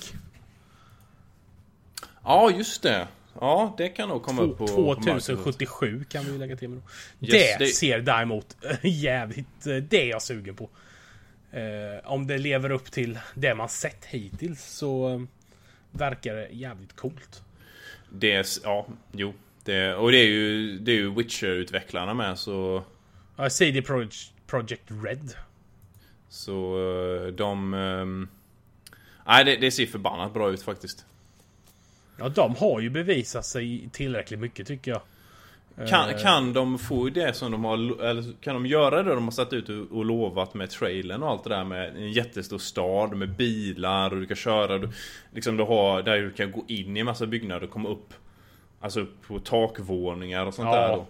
Ja, just det. Ja, det kan nog komma Två, upp på... tjugohundrasjuttiosju på kan vi lägga till med då. Yes, det, det ser däremot jävligt... Det är jag sugen på. Eh, om det lever upp till det man sett hittills så verkar det jävligt coolt. Det är... Ja, jo. Det, och det är ju, det är ju Witcher-utvecklarna med, så... Ja, C D Projekt, Projekt Red. Så de... Um, nej, det, det ser förbannat bra ut faktiskt. Ja, de har ju bevisat sig tillräckligt mycket, tycker jag. Kan, kan de få det som de har... Eller kan de göra det de har satt ut och, och lovat med trailern och allt det där med en jättestor stad med bilar och du kan köra... Du, liksom du har, där du kan gå in i en massa byggnader och komma upp. Alltså på takvåningar och sånt ja. där då.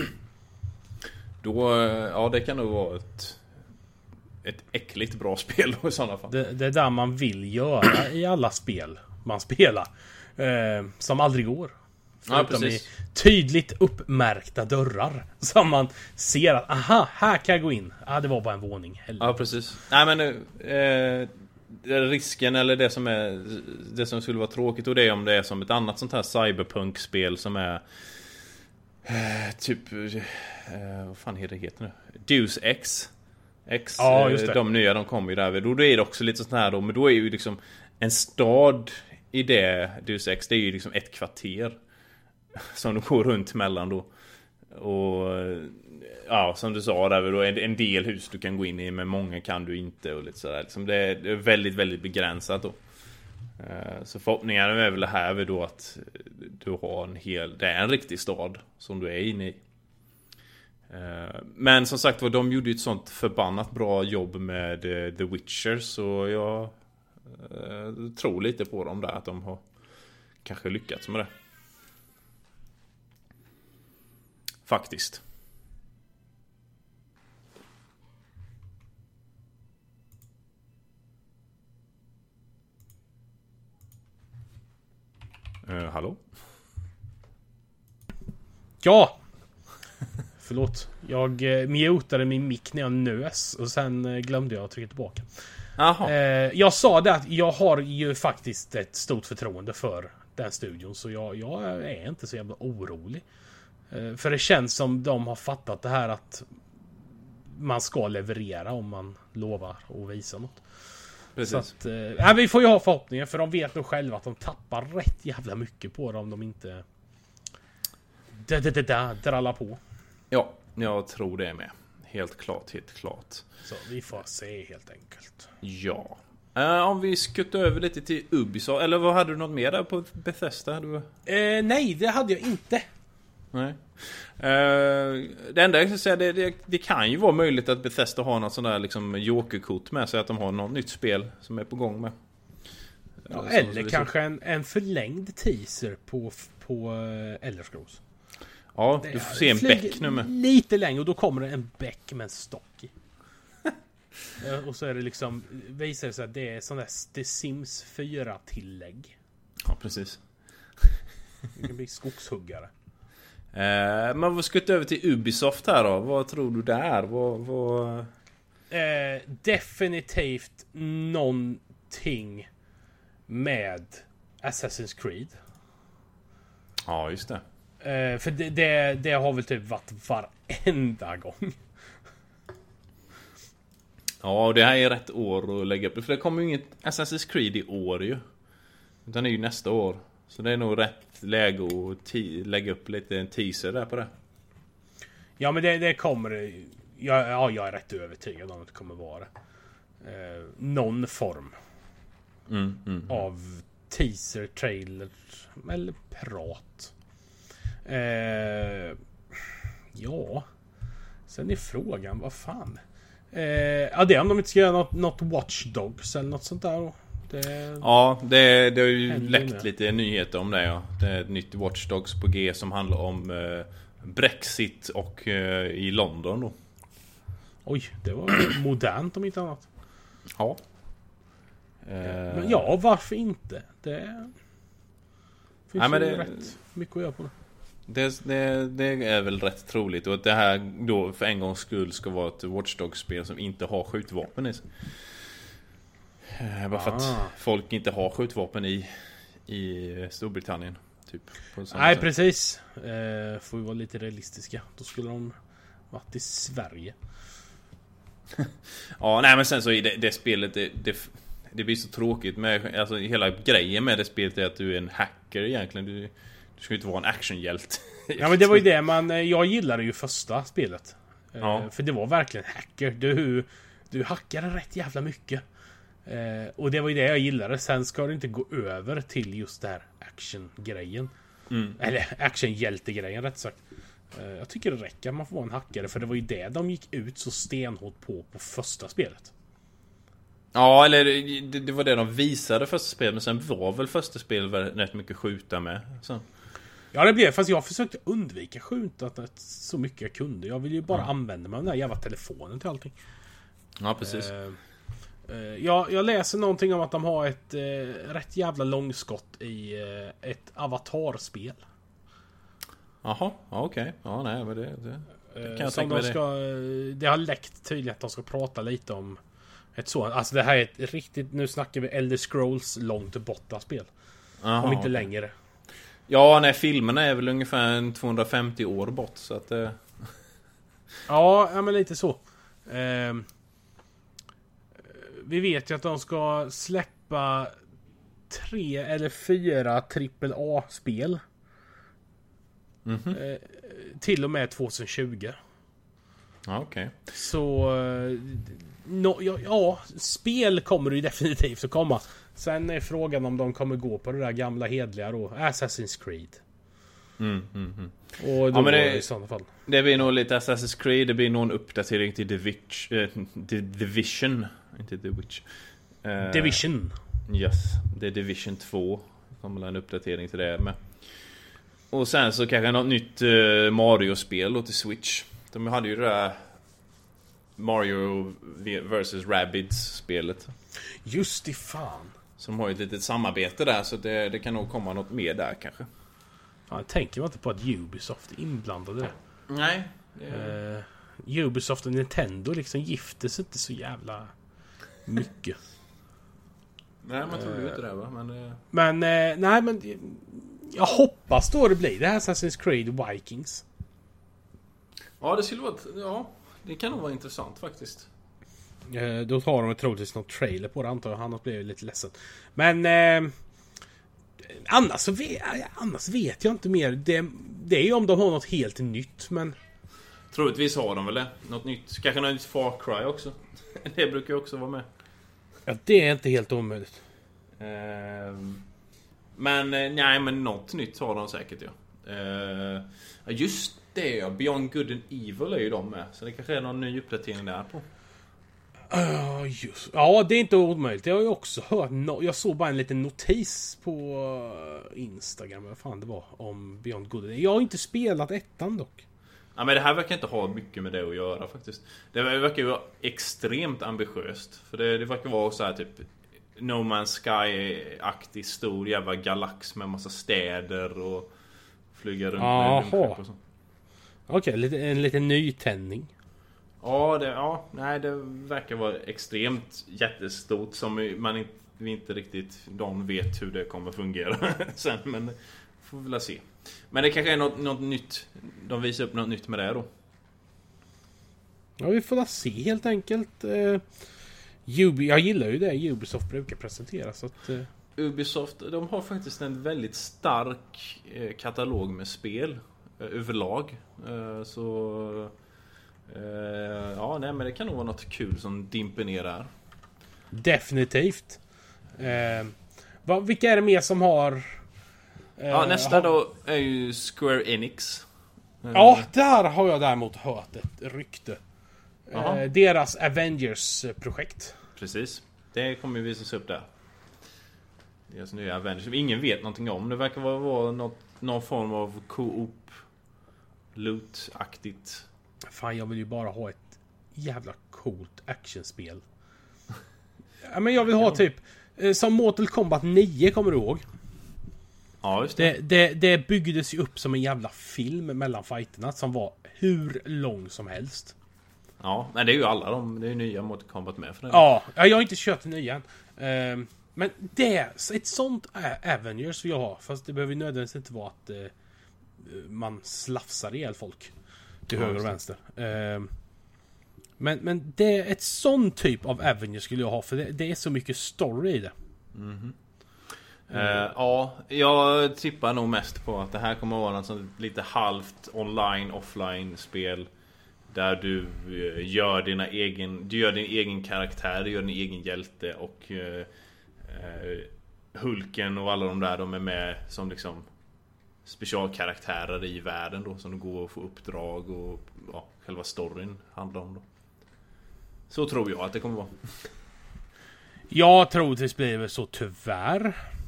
Då, ja, det kan nog vara ett ett äckligt bra spel i sådana fall. Det, det är där man vill göra i alla spel man spelar. Eh, som aldrig går. Förutom ja, i tydligt uppmärkta dörrar. Som man ser att, aha, här kan jag gå in. Ah, det var bara en våning. Helvete. Ja, precis. Nej, men eh, risken eller det som är det som skulle vara tråkigt och det är om det är som ett annat sånt här cyberpunk-spel som är eh, typ eh, vad fan heter det heter nu? Deus Ex. X, ja, just det. De nya de kommer ju där. Då är det också lite sånt här då, men då är ju liksom en stad i det Deus Ex, det är ju liksom ett kvarter som du går runt mellan då. Och ja, som du sa där, då en del hus du kan gå in i, men många kan du inte och lite sådär. Liksom det är väldigt, väldigt begränsat då. Så förhoppningen är väl här då att du har en hel, det är en riktig stad som du är inne i. Men som sagt var, de gjorde ju ett sånt förbannat bra jobb med The Witcher, så jag eh, tror lite på dem där, att de har kanske lyckats med det. Faktiskt. Uh, hallå? Ja! Förlåt. Jag eh, mutade min mick när jag nös och sen eh, glömde jag att trycka tillbaka. Jaha. Eh, jag sa det att jag har ju faktiskt ett stort förtroende för den studion, så jag, jag är inte så jävla orolig. Eh, för det känns som de har fattat det här att man ska leverera om man lovar att visa något. Precis. Så att, eh, ja, vi får ju ha förhoppningar, för de vet nog själva att de tappar rätt jävla mycket på det om de inte da, da, da, da, drallar på. Ja, jag tror det med. Helt klart, helt klart. Så vi får se helt enkelt. Ja. Uh, om vi skuttar över lite till Ubisoft. Eller vad hade du något mer där på Bethesda? Du... Eh, nej, det hade jag inte. Nej. Uh, det enda jag ska säga, det, det, det kan ju vara möjligt att Bethesda har något sånt där liksom jokerkort med sig, att de har något nytt spel som är på gång med. Ja, eller kanske en, en förlängd teaser på, på uh, Elder Scrolls. Ja, du får se en bäck nu med. Lite längre och då kommer det en bäck med en stock i. Och så är det liksom, visar det sig att det är sån där The Sims fyra tillägg. Ja, precis. Det kan bli skogshuggare. Eh, men vad ska vi över till Ubisoft här då? Vad tror du där? Vad, vad... Eh, definitivt någonting med Assassin's Creed. Ja, just det. Eh, för det, det, det har väl typ varit varenda gång. Ja, och det här är rätt år att lägga upp. För det kommer ju inget Assassin's Creed i år ju. Utan det är ju nästa år. Så det är nog rätt läge att t- lägga upp lite en teaser där på det. Ja, men det, det kommer... Ja, ja, jag är rätt övertygad om att det kommer vara eh, någon form mm, mm. av teaser, trailer eller prat. Eh, ja. Sen är frågan, vad fan? Eh, ja, det är om de inte ska göra något, något Watch Dogs eller något sånt där. Det... Ja, det, det har ju läckt med. lite nyheter om det, ja. Det är ett nytt Watch Dogs på G som handlar om eh, Brexit och eh, i London då. Oj, det var modernt om inte annat. Ja. Eh... Men ja, varför inte? Det finns Nej, men ju det... rätt mycket att göra på det. Det, det, det är väl rätt troligt. Och att det här då för en gångs skull ska vara ett Watch Dogs-spel som inte har skjutvapen i sig. Bara för ah. att folk inte har skjutvapen i, i Storbritannien. Typ, Nej, sätt. Precis. Eh, får vi vara lite realistiska. Då skulle de varit i Sverige. Ja, nej men sen så är det, det spelet det, det, det blir så tråkigt med, alltså hela grejen med det spelet är att du är en hacker egentligen. Du, du ska ju inte vara en actionhjälte. Ja, men det var ju det man, jag gillade ju första spelet. Ja. Eh, för det var verkligen hacker. Du, du hackade rätt jävla mycket. Eh, och det var ju det jag gillade. Sen ska du inte gå över till just det här action-grejen. Mm. Eller action-hjälte-grejen rätt sagt. eh, Jag tycker det räcker att man får vara en hackare. För det var ju det de gick ut så stenhårt på på första spelet. Ja, eller det, det var det de visade första spelet. Men sen var väl första spelet rätt mycket skjuta med så. Ja, det blev, fast jag försökte undvika skjuta så mycket jag kunde. Jag ville ju bara ja. använda mig av den där jävla telefonen till allting. Ja, precis. eh, Jag, jag läser någonting om att de har ett eh, rätt jävla långskott i eh, ett avatarspel. Jaha, okej. Okay. Ja, nej, men det, det, det kan jag tänka de mig ska, det. det har läckt tydligt att de ska prata lite om ett sådant. Alltså det här är ett riktigt, nu snackar vi Elder Scrolls långt borta spel. Aha, om inte okay. längre. Ja, nej, filmerna är väl ungefär tvåhundrafemtio år bort så att eh... ja, ja, men lite så. Eh, vi vet ju att de ska släppa tre eller fyra trippel A-spel. Mm-hmm. Eh, till och med tjugohundratjugo. Ja, okej. Okay. Så no, ja, ja, spel kommer det ju definitivt att komma. Sen är frågan om de kommer gå på det där gamla hedliga då, Assassin's Creed. Mm, mm, mm. Och då ja, men det, i sådana fall. Det blir nog lite Assassin's Creed. Det blir nog en uppdatering till The Witch, äh, The Division. Inte The Witch. Uh, Division. Yes, det är Division två. Kommer en uppdatering till det med. Och sen så kanske något nytt uh, Mario-spel till Switch. De hade ju det där Mario versus Rabbids-spelet. Just det, fan. Som har ju ett litet samarbete där. Så det, det kan nog komma något mer där kanske. Fan, jag tänker inte på att Ubisoft är inblandade. Nej. Är... Uh, Ubisoft och Nintendo liksom gifter sig inte så jävla mycket. Nej, man tror ju inte det, va? Men, uh... men uh, nej, men jag hoppas då det blir det här Assassin's Creed Vikings. Ja, det skulle vara... Ja, det kan nog vara intressant faktiskt. Uh, då tar de troligtvis någon trailer på det, antar jag. Han har blivit lite ledsen. Men... Uh, Annars, så vet, annars vet jag inte mer. Det, det är ju om de har något helt nytt, men... Troligtvis har de väl det. Något nytt. Kanske något nytt Far Cry också. Det brukar ju också vara med. Ja, det är inte helt omöjligt. Uh, men, nej, men något nytt har de säkert, ja. Uh, just det, ja. Beyond Good and Evil är ju de med. Så det kanske är någon ny uppdatering där på. Uh, just. Ja, det är inte omöjligt. Jag har ju också hört no- jag såg bara en liten notis på Instagram, vad fan det var, om Beyond Good. Jag har inte spelat ettan dock. Ja, men det här verkar inte ha mycket med det att göra faktiskt. Det verkar ju vara extremt ambitiöst. För det, det verkar vara så här typ No Man's Sky-aktig stor jävla galax med massa städer och flyga runt med rymdskepp och så. Okej, okay, en liten nytändning. Ja, det, ja, nej, det verkar vara extremt jättestort som man inte, vi inte riktigt de vet hur det kommer fungera sen, men får vi väl se. Men det kanske är något, något nytt. De visar upp något nytt med det då. Ja, vi får se helt enkelt. Uh, Ubi, jag gillar ju det Ubisoft brukar presentera, så att, uh... Ubisoft, de har faktiskt en väldigt stark eh, katalog med spel eh, överlag. Eh, så eh, ja, nej, men det kan nog vara något kul som dimper ner där. Definitivt. Eh, vad, vilka är det mer som har eh, ja, nästa har... då är ju Square Enix. Eh, ja, där har jag däremot hört ett rykte. Eh, deras Avengers-projekt. Precis. Det kommer ju visas upp där. Deras nya Avengers. Ingen vet någonting om. Det verkar vara, vara något, någon form av co-op loot-aktigt. Fan, jag vill ju bara ha ett jävla coolt actionspel. Ja, men jag vill ha typ som Mortal Kombat nio, kommer du ihåg? Ja, just det. Det, det, det byggdes ju upp som en jävla film mellan fighterna som var hur lång som helst. Ja, men det är ju alla de, det är ju nya Mortal Kombat med för det. Ja, jag har inte kört nyan. Um, men det är ett sånt Avengers vill jag ha. Fast det behöver ju nödvändigtvis inte vara att uh, man slafsar ihjäl folk till ja, höger och vänster. Um, men, men det är ett sån typ av Avengers skulle jag ha, för det, det är så mycket story i det. Mm-hmm. Mm. Uh, ja, jag tippar nog mest på att det här kommer att vara något sånt lite halvt online, offline spel. Där du gör dina egen, du gör din egen karaktär, du gör din egen hjälte, och uh, uh, Hulken och alla de där, de är med som liksom specialkaraktärer i världen då, som du går och får uppdrag och ja, själva storyn handlar om då. Så tror jag att det kommer vara. Jag tror det blir väl så, tyvärr.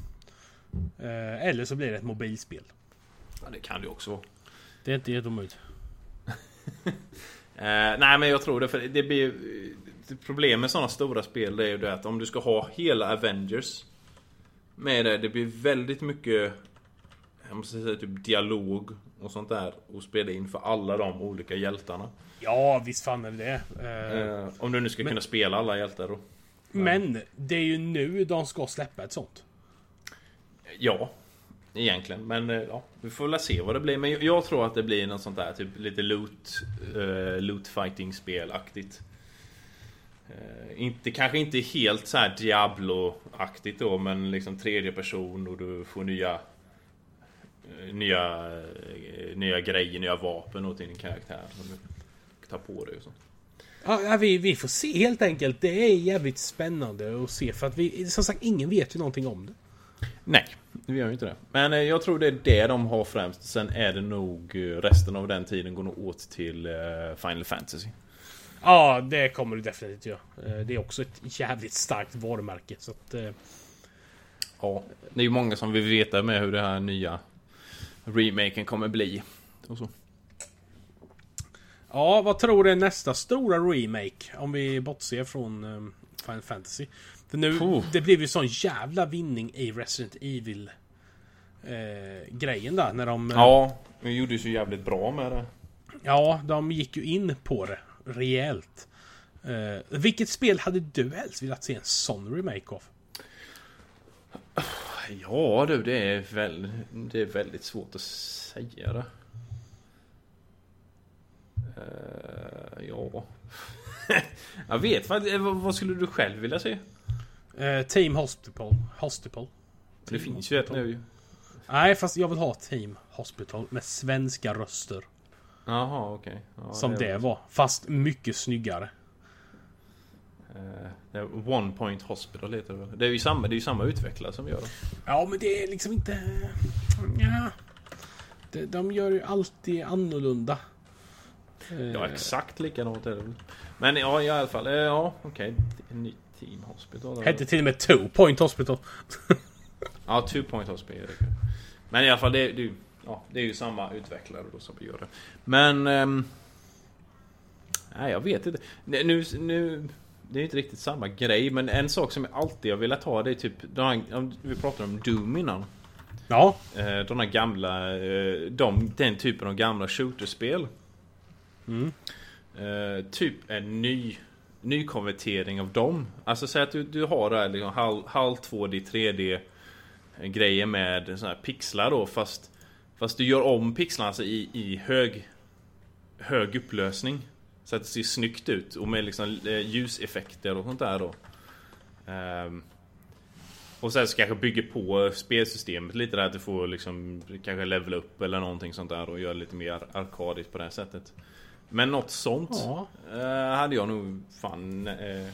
Uh, eller så blir det ett mobilspel. Ja, det kan det också vara. Det är inte helt omöjligt. Uh, nej, men jag tror det, för det blir det problem med sådana stora spel, det är ju det att om du ska ha hela Avengers med det, det blir väldigt mycket, jag måste säga, typ dialog och sånt där, och spela in för alla de olika hjältarna. Ja, visst fan är det uh, uh, om du nu ska men, kunna spela alla hjältar då. Men det är ju nu de ska släppa ett sånt. Ja, egentligen. Men ja, vi får väl se vad det blir. Men jag tror att det blir något sånt där, typ lite loot, uh, loot fighting spelaktigt. Uh, inte, kanske inte helt så här Diablo-aktigt då, men liksom tredje person, och du får nya uh, nya uh, nya grejer, nya vapen åt din karaktär som du tar på dig och så. Ja, vi, vi får se helt enkelt. Det är jävligt spännande att se, för att vi, som sagt, ingen vet ju någonting om det. Nej, vi gör ju inte det. Men eh, jag tror det är det de har främst. Sen är det nog eh, resten av den tiden går nog åt till eh, Final Fantasy. Ja, det kommer du definitivt göra. Eh, det är också ett jävligt starkt varumärke. Så att, eh... ja, det är ju många som vill veta med hur det här nya remaken kommer bli. Och så. Ja, vad tror du är nästa stora remake? Om vi bortser från um, Final Fantasy. För nu, oh. det blev ju sån jävla vinning i Resident Evil eh, grejen där. När de, ja, de gjorde ju så jävligt bra med det. Ja, de gick ju in på det rejält. Eh, vilket spel hade du helst velat se en sån remake av? Ja du, det är, väl, det är väldigt svårt att säga det. Uh, ja. Jag vet, vad, vad skulle du själv vilja se? Uh, Team Hospital. Hospital. Det Team finns Hospital. ju ett nu. Nej, fast jag vill ha Team Hospital med svenska röster. Jaha, okej. Okay. Ja, som det, det var. Fast mycket snyggare. Uh, One Point Hospital heter det väl. Det är ju samma, det är ju samma utvecklare som gör det. Ja, men det är liksom inte... Ja. De, de gör ju alltid annorlunda. Ja, exakt likadant är det. Men ja, i alla fall. Ja, okej. Okay. En ny Team Hospital. Hette till och med Two Point Hospital. Ja, Two Point Hospital. Men i alla fall, det, det, ja, det är ju samma utvecklare då som gör det. Men... Um, nej, jag vet inte. Nu... nu det är inte riktigt samma grej. Men en sak som jag alltid har velat ha, det är typ... De, vi pratade om Doom innan. Ja. De här gamla... De, den typen av gamla shooterspel. Mm. Uh, typ en ny ny konvertering av dem. Alltså säg att du, du har det här liksom halv, halv två D, tre D grejer med såna här pixlar då, fast fast du gör om pixlarna alltså i, i hög hög upplösning så att det ser snyggt ut och med liksom eh, ljuseffekter och sånt där då. Um, och sen så kanske bygger på spelsystemet lite där att du får liksom kanske levela upp eller någonting sånt där och göra lite mer arkadigt på det här sättet. Men något sånt ja. eh, hade jag nog fan eh,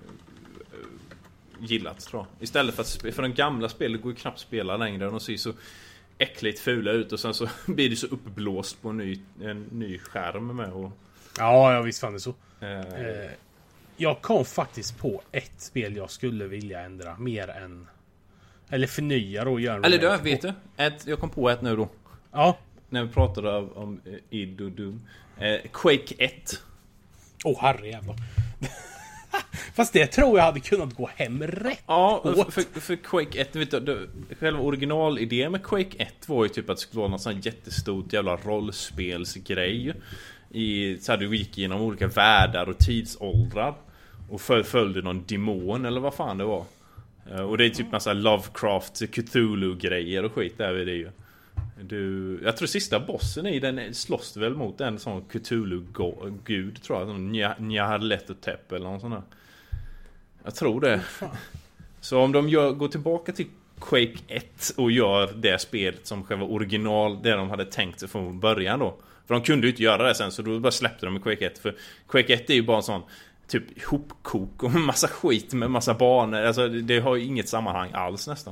gillat, tror jag. Istället för att för den gamla spelet går ju knappt spela längre. De ser så äckligt fula ut och sen så blir det så uppblåst på en ny, en ny skärm med. Och, ja, jag visst fan det så. Eh, eh, jag kom faktiskt på ett spel jag skulle vilja ändra mer än... Eller förnya då och göra en eller då, vet du? Ett, jag kom på ett nu då. Ja. När vi pratade om, om id och Doom. Eh, Quake ett. Åh, oh, herrejävlar. Fast det tror jag hade kunnat gå hem rätt. Ja, för, för, för Quake ett, vet du, det, själva originalidén med Quake ett var ju typ att det skulle vara någon sån jättestort jävla rollspelsgrej. I, så här, du gick igenom olika världar och tidsåldrar och följde någon demon eller vad fan det var. Och det är typ massa Lovecraft, Cthulhu-grejer och skit där vid det ju. Du, jag tror sista bossen i den slåss väl mot en sån Cthulhu-gud, tror jag. Nyarlathotep eller någon sån där. Jag tror det. Oh, så om de gör, går tillbaka till Quake ett och gör det spelet som själva original, det de hade tänkt sig från början då. För de kunde ju inte göra det sen, så då bara släppte de med Quake ett. För Quake ett är ju bara en sån typ hopkok och massa skit med massa banor. Alltså det har ju inget sammanhang alls nästan.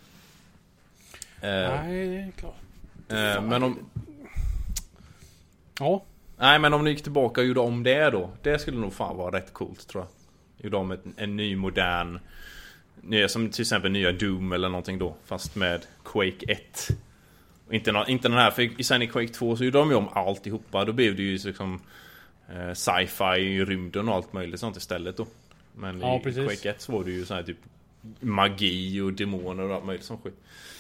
Nej, det är klart. Uh, men om... Ja. Nej, men om ni gick tillbaka och gjorde om det då, det skulle nog fan vara rätt coolt, tror jag. Gjorde om ett, en ny modern nya, som till exempel nya Doom eller någonting då, fast med Quake ett. Och inte, no, inte den här, för sen i Quake två så gjorde de ju om alltihopa. Då blev det ju liksom eh, sci-fi, rymden och allt möjligt sånt istället då. Men ja, i, i Quake ett så var det ju så här typ magi och demoner och allt möjligt som skit.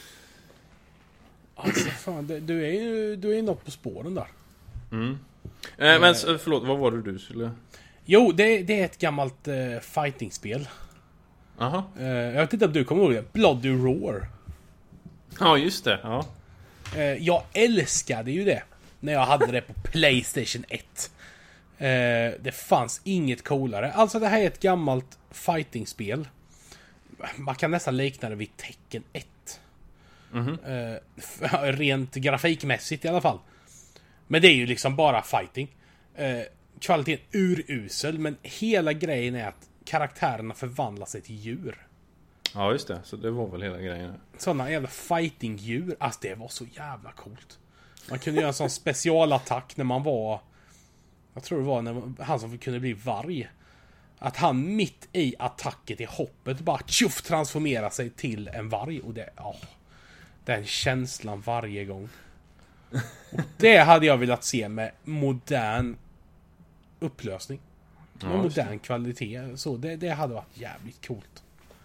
Alltså fan, du är ju du är något på spåren där. Mm. Eh, men förlåt, vad var det du skulle... Jo, det, det är ett gammalt uh, fightingspel. Aha. Uh, jag vet inte om du kommer ihåg det. Bloody Roar. Ja, just det. Ja. Uh, jag älskade ju det när jag hade det på PlayStation ett. Uh, det fanns inget coolare. Alltså det här är ett gammalt fightingspel. Man kan nästan likna det vid Tekken ett. Mm-hmm. Uh, rent grafikmässigt i alla fall. Men det är ju liksom bara fighting. uh, Kvaliteten urusel. Men hela grejen är att karaktärerna förvandlar sig till djur. Ja, just det. Så det var väl hela grejen. Sådana jävla fighting-djur. Alltså det var så jävla coolt. Man kunde göra en sån specialattack när man var... Jag tror det var när man, han som kunde bli varg. Att han mitt i attacket i hoppet bara tjuff transformerar sig till en varg. Och det... Ja, den känslan varje gång. Och det hade jag velat se med modern upplösning. Med Ja, modern kvalitet. Så det, det hade varit jävligt coolt.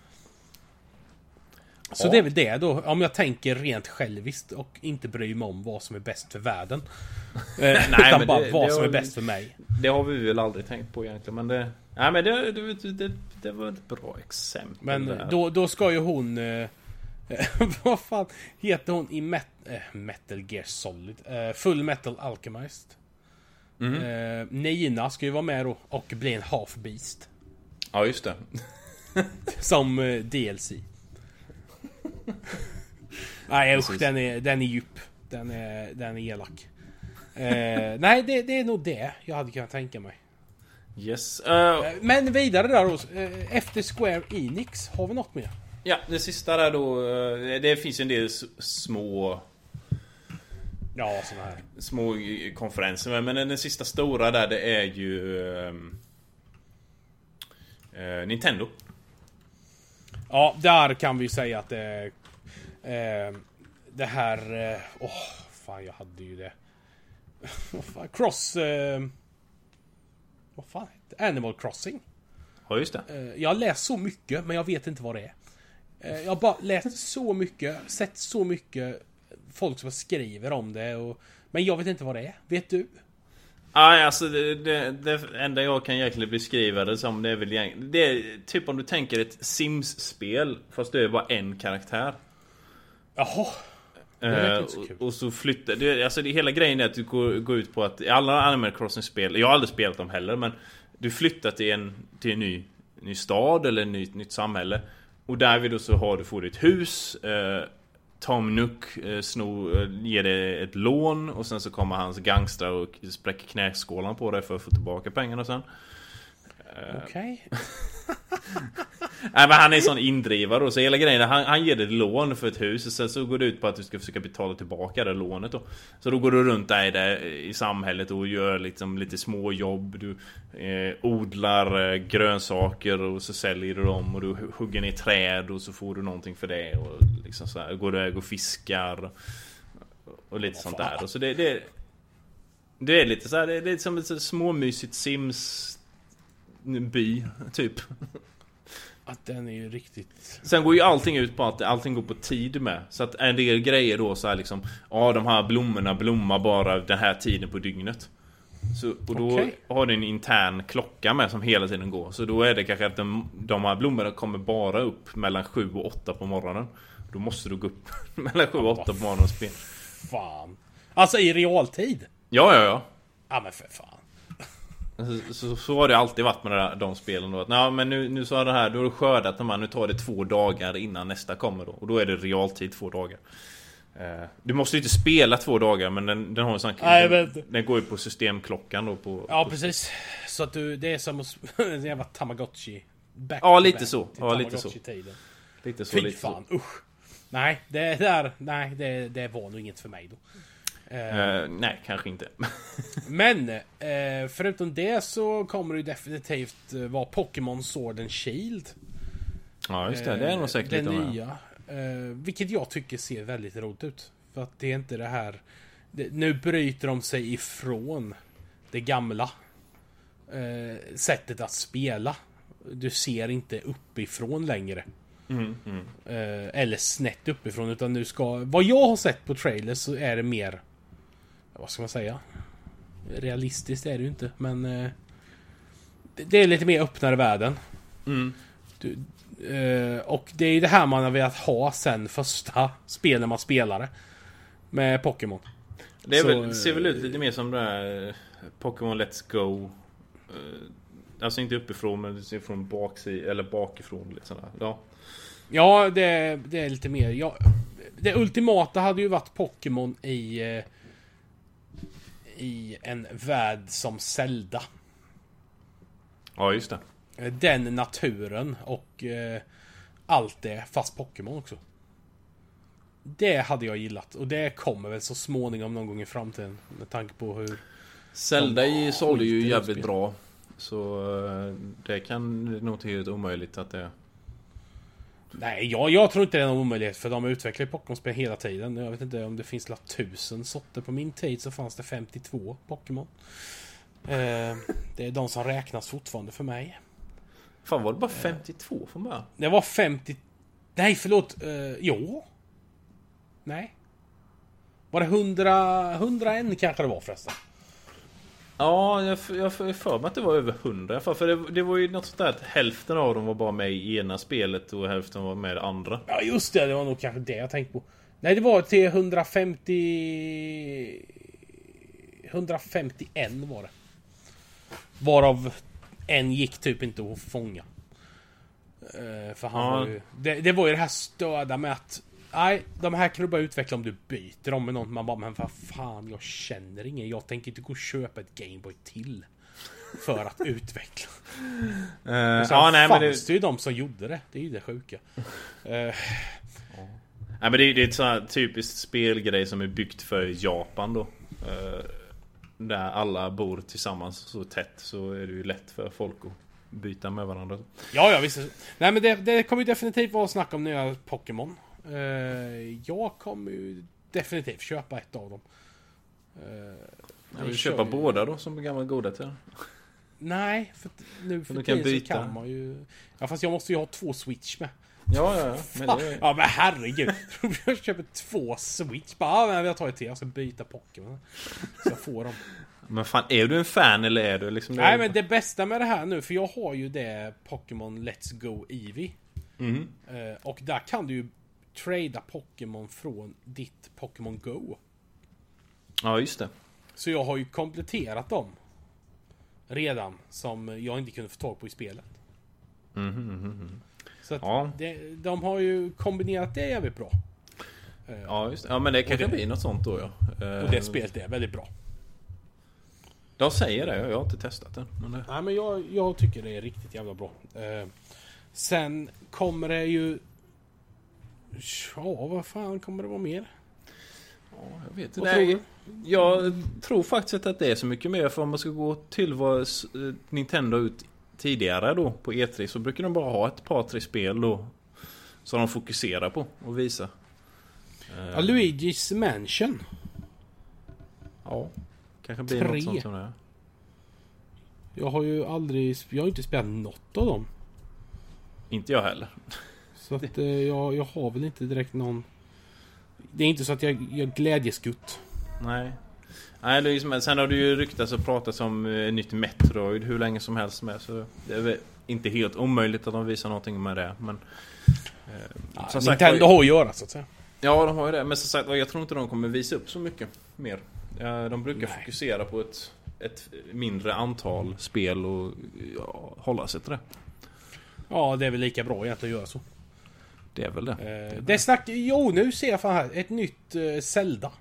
Så Ja. det är väl det då. Om jag tänker rent själviskt och inte bryr mig om vad som är bäst för världen. Nej, utan men bara det- vad det som har är vi- bäst för mig. Det har vi väl aldrig tänkt på egentligen. Men det... Nej, men det, det, det, det var ett bra exempel. Men där. då, då ska ju hon... Eh, vad fan heter hon i Met, eh, Metal Gear Solid? Eh, Full Metal Alchemist. Mhm. Eh, Nina ska ju vara med då och bli en half beast. Ja, just det. Som eh, D L C. Nej usch, Precis. den är, den är djup. Den är, den är elak. Eh, nej, det, det är nog det jag hade kunnat tänka mig. Yes. Uh, Eh, Men vidare där då. eh, Efter Square Enix, har vi något mer? ja, det sista där då. eh, Det finns ju en del s- små... Ja, såna här. Små eh, konferenser. Men den sista stora där, det är ju... ehm, eh, Nintendo. Ja, där kan vi säga att det... Eh, det här... eh, Åh, fan jag hade ju det. Vad fan, Cross... Eh, vad fan heter det? Animal Crossing. Ja, just det. Eh, jag har läst så mycket, men jag vet inte vad det är. Eh, jag har bara läst så mycket, sett så mycket folk som skriver om det. Och, men jag vet inte vad det är. Vet du? Nej, alltså det, det, det enda jag kan egentligen beskriva det som, det är väl egentligen... Det är typ om du tänker ett Sims-spel, fast det är bara en karaktär. Jaha. Det lät Eh, inte så kul. och, och så flyttar det, alltså det hela grejen är att du går, går ut på att i alla Animal Crossing-spel, jag har aldrig spelat dem heller, men du flyttar till en, till en ny, ny stad eller ett nytt, nytt samhälle, och därvid då så har du får ditt hus. eh, Tom Nook eh, snor, eh, ger dig ett lån, och sen så kommer hans gangstrar och spräcker knäskålan på dig för att få tillbaka pengarna sen. Okej. Nej, men han är en sån indrivare då, så hela grejen är, han, han ger dig ett lån för ett hus, och sen så går det ut på att du ska försöka betala tillbaka det lånet då. Så då går du runt där i, det, i samhället och gör liksom lite små jobb. Du eh, odlar eh, grönsaker och så säljer du dem, och du hugger ner träd och så får du någonting för det, och liksom så här, går du och fiskar och, och lite sånt där. Och så det, det, det är lite så här, det är lite som ett så småmysigt Sims by typ. Att den är ju riktigt... Sen går ju allting ut på att allting går på tid med. Så att en del grejer då så här liksom, ja, de här blommorna blommar bara den här tiden på dygnet. Så, och då Okej. har du en intern klocka med som hela tiden går. Så då är det kanske att de, de här blommorna kommer bara upp mellan sju och åtta på morgonen. Då måste du gå upp mellan sju och åtta på morgonen och spela. Fan. Alltså i realtid? Ja, ja, ja. Ja men för fan. Så, så, så har det alltid varit med de, där, de spelen då. Att, nej, men nu, nu så har det här, då har du skördat de här, nu tar det två dagar innan nästa kommer då. Och då är det realtid två dagar. Eh, du måste ju inte spela två dagar, men den, den har en sån... Nej, jag den, vet. den går ju på systemklockan då på... Ja på, precis. Så att du, det är som att en jävla Tamagotchi. Back Ja, to lite back så. till Ja, lite så. Tamagotchi-tiden. Lite så, Fy lite fan, så. usch. Nej, det där, nej, det, det var nog inget för mig då. Eh, Eh, nej, kanske inte. Men, eh, förutom det så kommer det definitivt eh, vara Pokémon Sword and Shield. Ja, just det. Det är nog säkert det lite med. nya. Eh, vilket jag tycker ser väldigt roligt ut. För att det är inte det här... Det, nu bryter de sig ifrån det gamla eh, sättet att spela. Du ser inte uppifrån längre. Mm, mm. Eh, eller snett uppifrån. Utan nu ska... Vad jag har sett på trailers så är det mer... Vad ska man säga? Realistiskt är det ju inte. Men... Eh, det, det är lite mer öppnare världen. Mm. Du, eh, och det är ju det här man har velat ha sen första spelen man spelade med Pokémon. Det är Så, väl, ser väl ut lite mer som det här eh, Pokémon Let's Go. Eh, alltså inte uppifrån, men det ser från baksidan eller bakifrån lite sådär. Ja. Ja, det, det är lite mer. Ja, det ultimata hade ju varit Pokémon i eh, i en värld som Zelda. Ja, just det. Den naturen och eh, allt det, fast Pokémon också. Det hade jag gillat. Och det kommer väl så småningom någon gång i framtiden. Med tanke på hur... Zelda de sålde ju skiter i jävligt spel. bra. Så eh, det kan nog inte helt omöjligt att det... Nej, jag, jag tror inte det är någon omöjlighet. För de utvecklar ju Pokémon-spel hela tiden. Jag vet inte om det finns la tusen sorter. På min tid så fanns det femtiotvå Pokémon. Eh, det är de som räknas fortfarande för mig. Fan, var det bara femtiotvå från början? Det var femtio... Nej, förlåt. Eh, jo. Nej. Var det hundra... hundraen kanske det var förresten? Ja, jag, jag får för mig att det var över hundra. För det, det var ju något sånt där att hälften av dem var bara med i ena spelet och hälften var med i det andra. Ja, just det. Det var nog kanske det jag tänkte på. Nej, det var till hundrafemtio... hundrafemtioen var det. Varav en gick typ inte att fånga. Uh, för han Ja. var ju... Det, det var ju det här stöda med att... Nej, de här kan du bara utveckla om du byter dem med någon. Man bara, men vad fan, jag känner ingen. Jag tänker inte gå och köpa ett Gameboy till. För att utveckla. Uh, Men sen ja, nej, fanns men det... det, ju de som gjorde det. Det är ju det sjuka. Uh, nej, men det, det är ett sånt här typiskt spelgrej som är byggt för Japan då. Uh, där alla bor tillsammans så tätt, så är det ju lätt för folk att byta med varandra. ja, ja, visst. Nej, men det, det kommer ju definitivt vara snack om nya Pokémon. Uh, jag kommer ju definitivt köpa ett av dem. Uh, Jag vill köpa ju... båda då, som gamla goda till. Nej, för nu för du kan tiden så byta. kan man ju... Ja, fast jag måste ju ha två Switch med. Ja, ja, ja. Men det... Ja, men herregud. Jag köper två Switch. Bara, ja, jag tar ett till. Jag ska byta Pokémon. Så jag får dem. Men fan, är du en fan eller är du liksom... Nej, men det bästa med det här nu, för jag har ju det Pokémon Let's Go Eevee. Mm. Uh, och där kan du ju trada Pokémon från ditt Pokémon Go. Ja, just det. Så jag har ju kompletterat dem redan, som jag inte kunde få tag på i spelet. Mm, mm, mm. Så att Ja. det, de har ju kombinerat det jävligt bra. Uh, Ja, just det. Ja, men det kanske det- blir något sånt då, ja. och det spelet är väldigt bra. Jag säger det, jag har inte testat det. Men det... Nej, men jag, jag tycker det är riktigt jävla bra. Uh, sen kommer det ju... Ja, vad fan kommer det vara mer? Ja, jag vet inte. Vad Nej, tror du? jag tror faktiskt att det är så mycket mer. För om man ska gå till vad s- eh, Nintendo ut tidigare då på E tre, så brukar de bara ha ett par, tre spel då som de fokuserar på och visa. Eh, Ja, Luigi's Mansion. Ja, kanske blir Tre. något sånt som det är. Jag har ju aldrig... Jag har inte spelat något av dem. Inte jag heller. Så att eh, jag, jag har väl inte direkt någon... Det är inte så att jag, jag glädjeskutt. Nej. Nej, det är liksom, sen har det ju ryktats och pratats om eh, nytt Metroid hur länge som helst med. Så det är väl inte helt omöjligt att de visar någonting med det. Men, eh, Ja, som sagt, Nintendo har att göra, så att säga. ja, de har ju det. Men som sagt, jag tror inte de kommer visa upp så mycket mer. Ja, de brukar Nej. fokusera på ett, ett mindre antal spel och ja, hålla sig till det. Ja, det är väl lika bra egentligen att göra så. Det är väl det. Eh, det snack... Jo, nu ser jag fan här. Ett nytt eh, Zelda.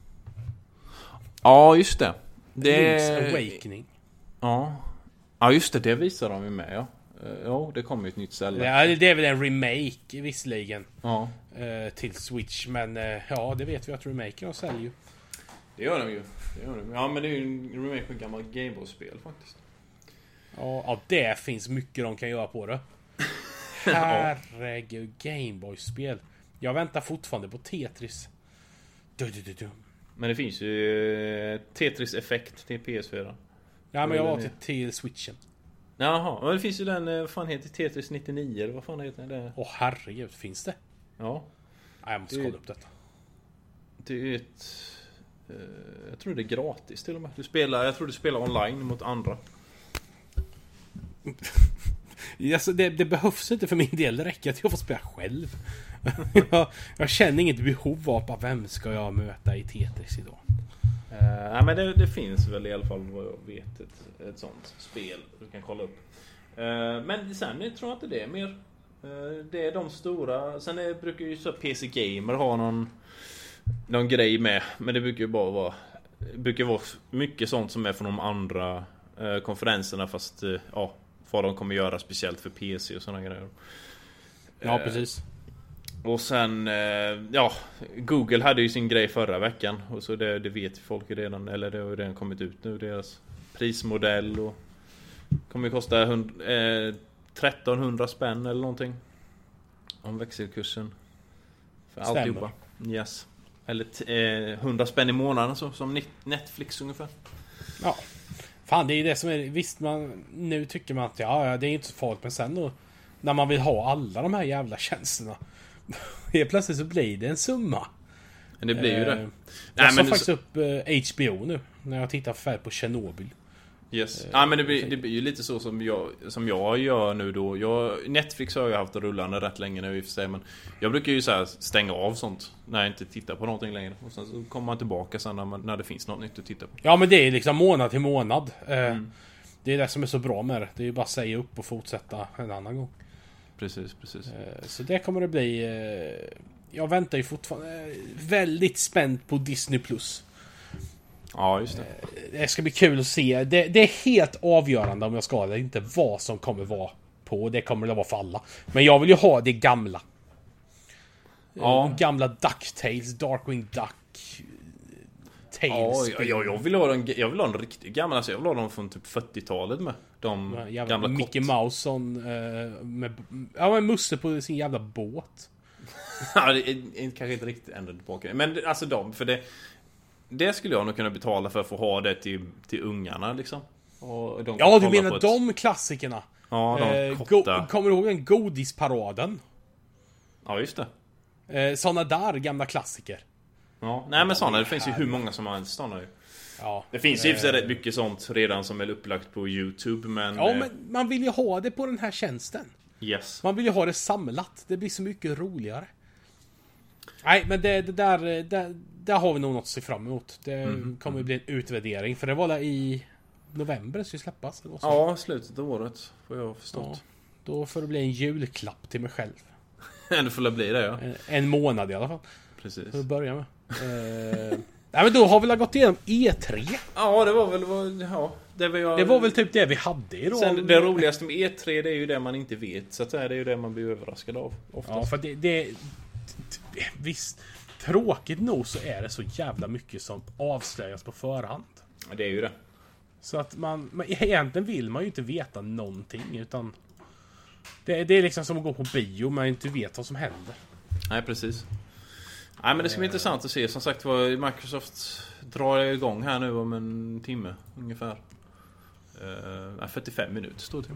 Ja, just det. Det Link's Awakening. Ja. Ja, just det. Det visar de ju med, ja. Eh, Jo, det kommer ju ett nytt Zelda. Ja, det är väl en remake visserligen. Ja, Eh, till Switch. Men eh, ja, det vet vi att remaken säljer ju. det gör de ju. Det gör de. Ja, men det är ju en remake på ett gammalt Gameboy-spel faktiskt. Ja, ja, det finns mycket de kan göra på det. Herregud, Gameboy-spel. Jag väntar fortfarande på Tetris. Du, du, du, du. Men det finns ju eh, Tetris-effekt till P S fyra. Ja, men jag var Eller till, till Switchen. Jaha, och det finns ju den, eh, vad fan heter Tetris nittionio, eller vad fan heter det? Åh herregud, finns det? Ja, Nej, jag måste Det- kolla upp detta. det är ju ett... eh, jag tror det är gratis till och med. Du spelar, jag tror du spelar online mot andra. Alltså, det, det behövs inte för min del. Det räcker att jag får spela själv. jag, jag känner inget behov av bara, vem ska jag möta i Tetris idag? Uh, nej, men det, det finns väl i alla fall vad jag vet ett, ett sånt spel du kan kolla upp. Uh, men sen jag tror jag inte det är mer. Uh, det är de stora. Sen är, brukar ju så P C Gamer ha någon någon grej med, men det brukar ju bara vara brukar vara mycket sånt som är från de andra uh, konferenserna, fast uh, ja, vad de kommer göra speciellt för P C och sådana grejer. Ja, precis. Och sen, eh, ja, Google hade ju sin grej förra veckan. Och så det, det vet folk redan, eller det har ju redan kommit ut nu, deras prismodell. Och kommer ju kosta hund, eh, trettonhundra spänn eller någonting. Om växelkursen. För alltihopa. Yes. Eller t- eh, hundra spänn i månaden, så, som Netflix ungefär. Ja. Fan, det är ju det som är... Visst, man, nu tycker man att ja, ja, det är inte så farligt. Men sen då, när man vill ha alla de här jävla tjänsterna, helt plötsligt så blir det en summa. Men det blir ju eh, det. Jag Nej, sa men faktiskt så... upp eh, H B O nu, när jag tittar färdigt på Chernobyl. Yes. Ja, men det blir, det blir ju lite så som jag, som jag gör nu då. Jag, Netflix har jag haft rullande rätt länge nu i och för sig, men jag brukar ju så här stänga av sånt när jag inte tittar på någonting längre. Och sen så kommer man tillbaka sen när, man, när det finns något nytt att titta på. Ja, men det är liksom månad till månad. Eh, Mm. Det är det som är så bra med det. Det är ju bara att säga upp och fortsätta en annan gång. Precis, precis. Eh, så det kommer det bli... Eh, jag väntar ju fortfarande eh, väldigt spänt på Disney Plus. Ja, just det. Det ska bli kul att se. Det, det är helt avgörande om jag ska eller inte vad som kommer vara på. Det kommer det vara för alla. Men jag vill ju ha det gamla. Ja. Eh, Gamla DuckTales, Darkwing Duck, Ja, Tailspin. jag, jag, vill ha en, jag vill ha en riktigt gammal, alltså jag vill ha dem från typ fyrtiotalet med. De Jävla gamla Mickey kott. Mouse som, eh, med, ja, med Musse på sin jävla båt. Ja, det är, är kanske inte riktigt ändrad tillbaka. Men det- alltså de, för det det skulle jag nog kunna betala för att få ha det till, till ungarna liksom. Och de kan Ja, du kolla menar på ett- de klassikerna? Ja, de Eh, korta. go- kommer du ihåg den Godisparaden? Ja, just det. Eh, såna där gamla klassiker. Ja, nej men sådana, det finns ju hur många som helst sådana ju. Ja, Det finns ju i och för sig eh, rätt mycket sånt redan som är upplagt på YouTube, men... Ja, eh, men man vill ju ha det på den här tjänsten. Yes. Man vill ju ha det samlat. Det blir så mycket roligare. Nej, men det, det där, där, där har vi nog något att se fram emot. Det Mm. kommer ju bli en utvärdering. För det var där i november det ska släppas. Eller vad så. Ja, slutet av året får jag ha Ja, förstått. då får det bli en julklapp till mig själv. Det får bli det, ja. En, en månad i alla fall. Precis. För att börja med. eh, nej, men då har vi väl gått igenom E tre. Ja, det var väl... Vad, ja, det var, jag, Det var väl typ det vi hade idag. Sen, det roligaste med E tre, det är ju det man inte vet. Så att det är ju det man blir överraskad av oftast. Ja, för det, det... Visst, tråkigt nog så är det så jävla mycket som avslöjas på förhand. Ja, det är ju det. Så att man, man... Egentligen vill man ju inte veta någonting, utan... Det, det är liksom som att gå på bio, men inte vet vad som händer. Nej, precis. Nej, men det ska bli intressant att se. Som sagt var, Microsoft drar igång här nu om en timme ungefär. Uh, fyrtiofem minuter står det till.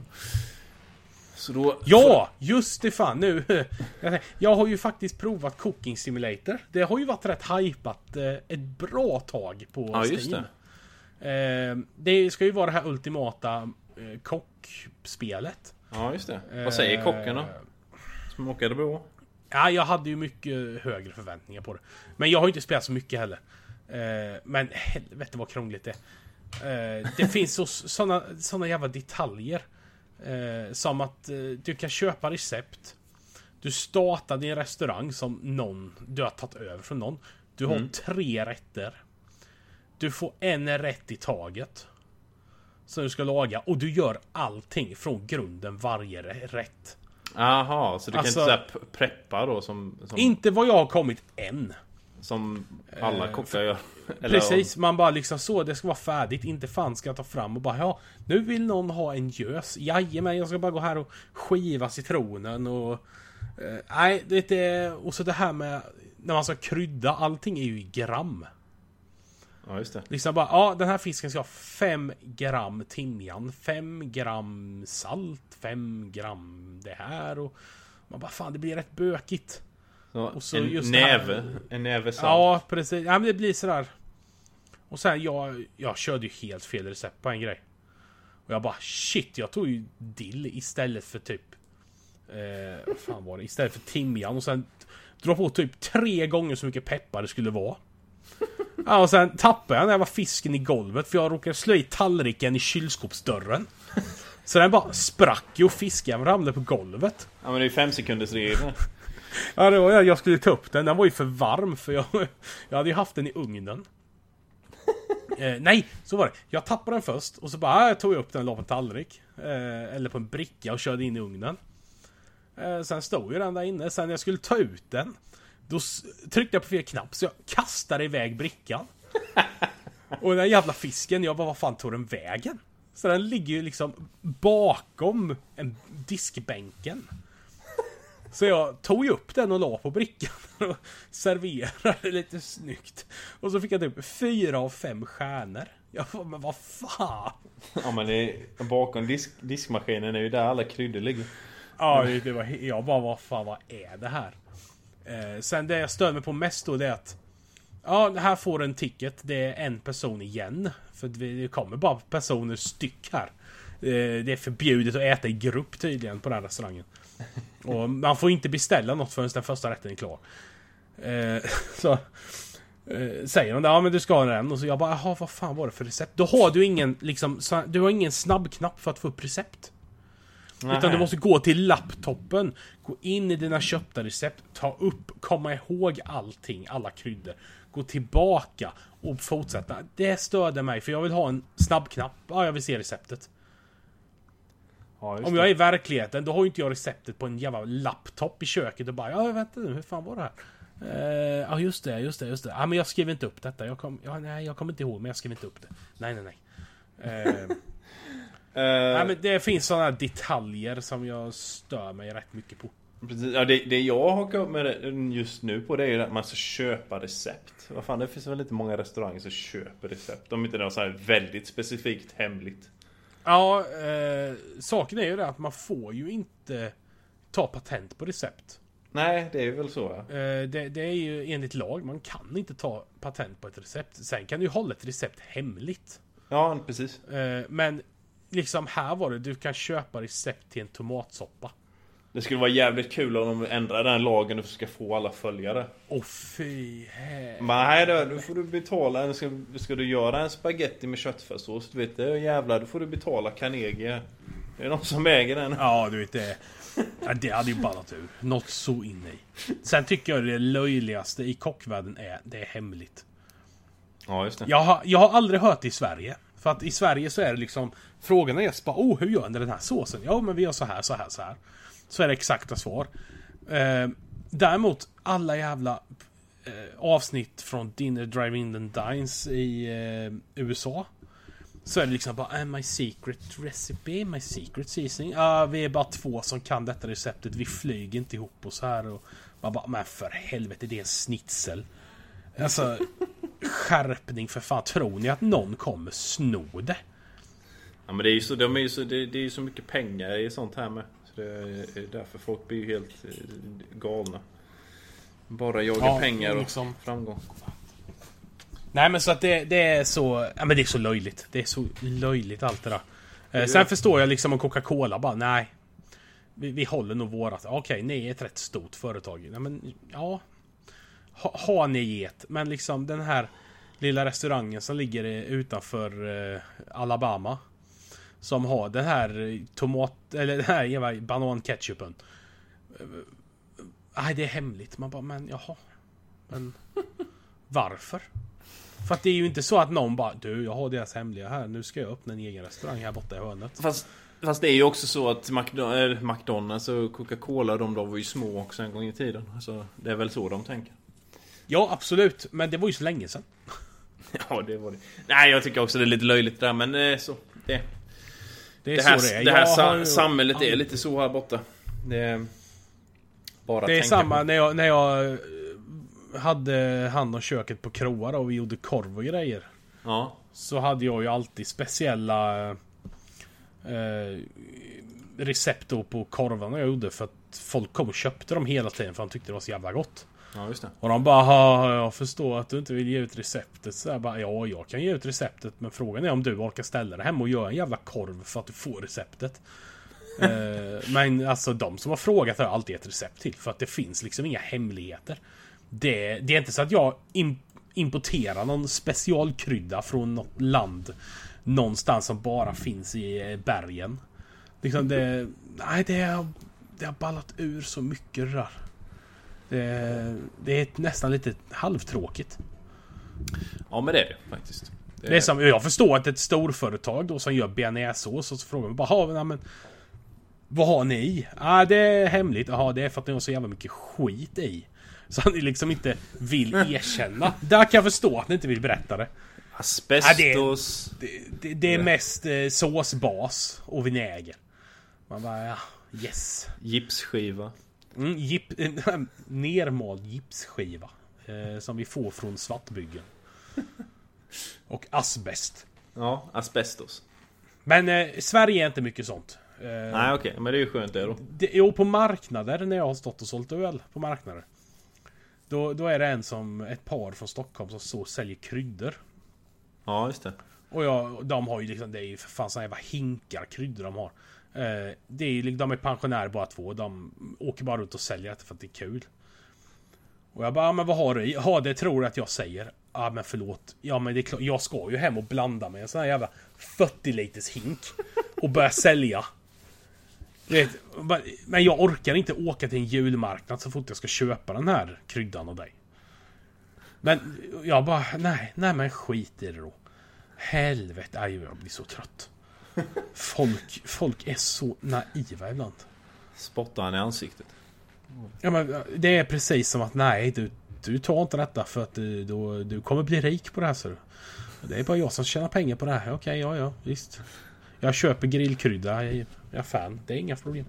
Så då... Ja, just det fan nu. Jag har ju faktiskt provat Cooking Simulator. Det har ju varit rätt hypat eh, ett bra tag på Ja, Steam. just det. Eh, det ska ju vara det här ultimata eh, kockspelet. Ja, just det. Vad säger kocken då? Som åkade bra? Ja, jag hade ju mycket högre förväntningar på det. Men jag har ju inte spelat så mycket heller. Eh, men helvete vad krångligt det är. Eh, det finns så, såna, såna jävla detaljer. Eh, som att eh, du kan köpa recept. Du startar din restaurang som någon du har tagit över från någon. Du har Mm. tre rätter. Du får en rätt i taget som du ska laga. Och du gör allting från grunden varje rätt. Aha, så du Alltså- kan inte såhär preppa då som, som, Inte vad jag har kommit än. som alla Eh, kockar gör. Eller, Precis, man bara liksom så, det ska vara färdigt. Inte fan ska jag ta fram och bara, ja, nu vill någon ha en gös. Jajamän, jag ska bara gå här och skiva citronen och... Eh, nej, det är... Och så det här med... När man ska krydda, allting är ju i gram. Ja, just det. Liksom bara, ja, den här fisken ska ha fem gram timjan, fem gram salt, fem gram det här och... Man bara, fan, det blir rätt bökigt. Så, Och så en just det här- näve. En näve salt. Ja, precis. Ja, men det blir sådär. Och sen, jag, jag körde ju helt fel recept på en grej. Och jag bara, shit, jag tog ju dill istället för typ... Eh, vad fan var det? Istället för timjan. Och sen dra på typ tre gånger så mycket peppar det skulle vara. Ja, och sen tappade jag den jävla fisken i golvet. För jag råkade slå i tallriken i kylskåpsdörren. Så den bara sprack ju och fisken ramlade på golvet. Ja, men det är ju fem sekunders regeln. Ja, det var jag, jag skulle ta upp den. Den var ju för varm för jag, jag hade ju haft den i ugnen. eh, nej, så var det. Jag tappade den först och så bara jag tog jag upp den och la på en tallrik. Eh, eller på en bricka och körde in i ugnen. Eh, sen stod ju den där inne. Sen när jag skulle ta ut den, då s- tryckte jag på fel knapp, så jag kastade iväg brickan. Och den jävla fisken, jag bara, vad fan tog den vägen? Så den ligger ju liksom bakom en diskbänken. Så jag tog ju upp den och la på brickan och serverade lite snyggt. Och så fick jag typ fyra av fem stjärnor. Jag bara, men vad fan? Ja, men det är, bakom disk, diskmaskinen är ju där alla kryddor ligger. Ja, det var, jag bara, vad fan, vad är det här? Eh, sen det jag stör mig på mest då, det är att ja, här får en ticket. Det är en person igen. För det kommer bara personer styck här. Eh, det är förbjudet att äta i grupp tydligen på den här restaurangen. Och man får inte beställa något förrän den första rätten är klar. Eh, så eh, säger de där, ja men du ska ha den. Och så jag bara, jaha, vad fan var det för recept? Då har du ingen, liksom, du har ingen snabbknapp för att få upp recept. Nej. Utan du måste gå till laptopen, gå in i dina köpta recept, ta upp, komma ihåg allting, alla kryddor, gå tillbaka och fortsätta. Det störde mig, för jag vill ha en snabbknapp. Ja, jag vill se receptet. Ja, Om jag är i verkligheten, då har ju inte jag receptet på en jävla laptop i köket och bara, ja vänta nu, hur fan var det här? Uh, ja just det, just det, just det. Ja men jag skrev inte upp detta. Jag kom, ja, nej, jag kommer inte ihåg, men jag skrev inte upp det. Nej, nej, nej. Uh, Uh, nej men det finns sådana detaljer som jag stör mig rätt mycket på. Precis. Ja, det, det jag hakar upp med just nu på det är ju att man ska köpa recept. Vad fan, det finns väl inte många restauranger som köper recept. Om inte det är så här väldigt specifikt hemligt. Ja, eh, saken är ju det att man får ju inte ta patent på recept. Nej, det är väl så. Ja. Eh, det, det är ju enligt lag, man kan inte ta patent på ett recept. Sen kan du ju hålla ett recept hemligt. Ja, precis. Eh, men liksom här var det, du kan köpa recept till en tomatsoppa. Det skulle vara jävligt kul om de ändrar den lagen och ska få alla följare. Åh fy hej. Nej då, då får du betala. Ska, ska du göra en spaghetti med köttfärssås, du vet det, jävlar, då får du betala Carnegie. Det är någon som äger den. Ja, du vet det. Ja, det hade ju ballat ur. Något så inne i. Sen tycker jag det löjligaste i kockvärlden är, det är hemligt. Ja, just det. Jag har, jag har aldrig hört det i Sverige. För att i Sverige så är det liksom, frågan är bara, oh, hur gör ni den här såsen? Ja, men vi gör så här, så här, så här. Så är det exakta svar. Eh, däremot, alla jävla eh, avsnitt från Dinner, Drive-In and Dines i eh, U S A. Så är det liksom bara, my secret recipe, my secret seasoning. Ja, uh, vi är bara två som kan detta receptet. Vi flyger inte ihop oss här. Och man bara, men för helvete, det är en snitsel. Alltså, skärpning för fan. Tror ni att någon kommer sno det? Ja, men det är ju så, de är ju så, det, det är ju så mycket pengar i sånt här med. Så det är därför folk blir ju helt galna. Bara jaga ja, pengar och liksom framgång. Nej, men så att det, det är så, ja men det är så löjligt. Det är så löjligt allt det där. Eh, sen förstår jag liksom om Coca-Cola bara, nej. Vi, vi håller nog vårat. Okej, okay, ni är ett rätt stort företag. Nej, men ja. Ha, har ni gett. Men liksom den här lilla restaurangen som ligger utanför eh, Alabama. Som har den här tomat, eller den här jävla bananketchupen. Nej, det är hemligt. Man bara, men jaha. Men varför? För att det är ju inte så att någon bara, du, jag har deras hemliga här, nu ska jag öppna en egen restaurang här borta i hörnet. Fast, fast det är ju också så att McDonald's, McDonald's och Coca-Cola, de då var ju små också en gång i tiden. Så det är väl så de tänker. Ja, absolut. Men det var ju så länge sedan. Ja, det var det. Nej, jag tycker också det är lite löjligt där, men det så det. Det, är det här, så det är. Det här sa- ju... samhället är lite så här borta. Det är bara Det är tänka samma på. när jag, när jag hade hand om köket på kroar och vi gjorde korv och grejer. Ja. Så hade jag ju alltid speciella eh, recept då på korvarna jag gjorde. För att folk kom och köpte dem hela tiden för de tyckte det var så jävla gott. Ja, just det. Och de bara, jag förstår att du inte vill ge ut receptet. Så jag bara, ja, jag kan ge ut receptet. Men frågan är om du orkar ställa dig hem och göra en jävla korv för att du får receptet. eh, men alltså de som har frågat har alltid ett recept till. För att det finns liksom inga hemligheter. Det, det är inte så att jag in, importerar någon specialkrydda från något land någonstans som bara finns i bergen. Liksom det, nej, det, är, det har ballat ur så mycket där. Det, det är nästan lite halvtråkigt. Ja, men det är det faktiskt. Det är, Det är som, jag förstår att ett storföretag då som gör bearnaisesås och så frågar man bara, men Vad har ni? Ja, ah, det är hemligt. Jaha, det är för att ni har så jävla mycket skit i. Så ni liksom inte vill erkänna. Där kan jag förstå att ni inte vill berätta det. Asbestos. Ja, det, det, det är mest eh, såsbas och vinäger. Man bara, ja, yes. Gipsskiva. Mm, gip, nermald gipsskiva. Eh, som vi får från svartbyggen. Och asbest. Ja, asbestos. Men eh, Sverige är inte mycket sånt. Eh, Nej, okej. Okay. Men det är ju skönt det då. Det, jo, på marknader när jag har stått och sålt öl på marknader. Då, då är det en som, ett par från Stockholm som så säljer kryddor. Ja, just det. Och jag, de har ju liksom, det är ju för fan såna jävla hinkar kryddor de har. Eh, det är ju, de är pensionärer bara två. De åker bara runt och säljer det för att det är kul. Och jag bara, ja, men vad har du i? Ja, det tror jag att jag säger. Ja, men förlåt. Ja, men det är klart, jag ska ju hem och blanda med en sån här jävla fyrtio liters hink. Och börja sälja. Vet, men jag orkar inte åka till en julmarknad så fort jag ska köpa den här kryddan av dig. Men jag bara, nej, nej men skit i det då. Helvete, aj, jag blir så trött. Folk, folk är så naiva ibland. Spottar han i ansiktet. Ja, men det är precis som att nej, du, du tar inte detta för att du, då, du kommer bli rik på det här, så det är bara jag som tjänar pengar på det här. Okej, ja, ja, visst. Jag köper grillkrydda i affären. Det är inga problem.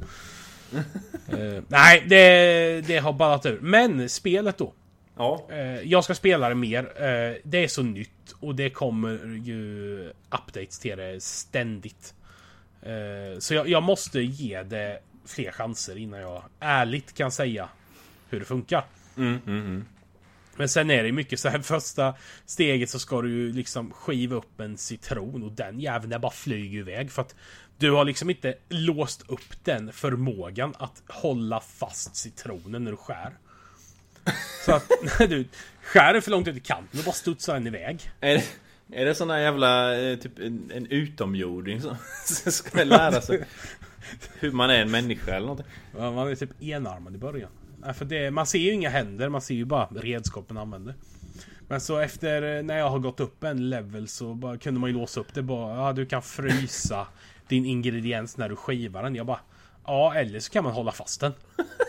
uh, nej, det, det har ballat ur. Men spelet då. Ja. Uh, jag ska spela det mer. Uh, det är så nytt. Och det kommer ju updates till det ständigt. Uh, så jag, jag måste ge det fler chanser innan jag ärligt kan säga hur det funkar. Mm, mm, mm. Men sen är det mycket så här, första steget så ska du ju liksom skiva upp en citron och den jäveln där bara flyger iväg för att du har liksom inte låst upp den förmågan att hålla fast citronen när du skär. Så att när du skär för långt ut i kanten och bara studsar den iväg. Är det, är det sån här jävla typ en, en utomjording som ska lära sig hur man är en människa eller något? Ja, man är typ enarmad i början. För det, man ser ju inga händer, man ser ju bara redskapen använder. Men så efter när jag har gått upp en level så bara, kunde man ju låsa upp det bara, ja, du kan frysa din ingrediens när du skivar den. Jag bara, ja, eller så kan man hålla fast den.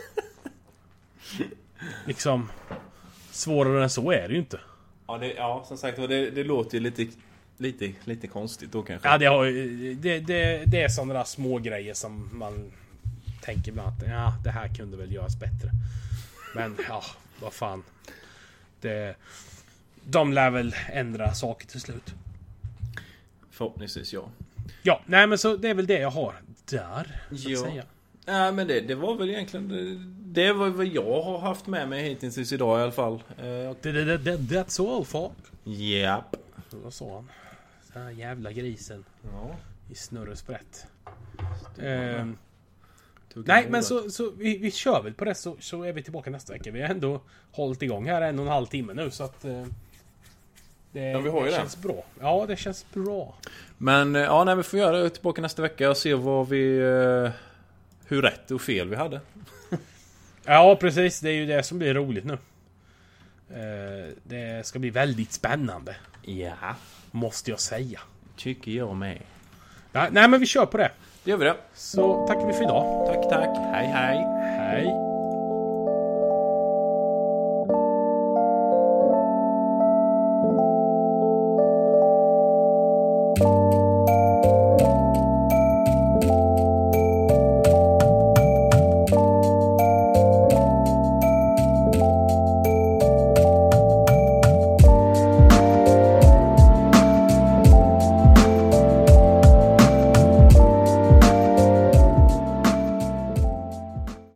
Liksom svårare än så är det ju inte. Ja, det, ja som sagt, det, det låter ju lite, lite, lite konstigt då kanske. Ja, det, har, det, det, det är sådana där små grejer som man tänker ibland att ja, det här kunde väl göras bättre. Men ja, vad fan. Det, de lär väl ändra saker till slut. Förhoppningsvis, ja. Ja, nej men så det är väl det jag har där, så att säga. Ja, men det, det var väl egentligen det, det var vad jag har haft med mig hittills idag i alla fall. Uh, det, det, det, that's all, folk. Japp. Vad sa han? Den här jävla grisen. Ja. I snurresprätt. Uh, nej, men så, så vi, vi kör väl på det, så, så är vi tillbaka nästa vecka. Vi har ändå hållit igång här en och en halv timme nu, så att uh, det, ja, vi har ju det det. känns bra. Ja, det känns bra. Men ja, nej, vi får göra det tillbaka nästa vecka och se vad vi uh, hur rätt och fel vi hade. Ja, precis. Det är ju det som blir roligt nu. Uh, det ska bli väldigt spännande. Ja. Måste jag säga. Tycker jag med. Nej, nej, men vi kör på det. Det gör vi det. Så tackar vi för idag. Tack, tack. Hej, hej. Hej.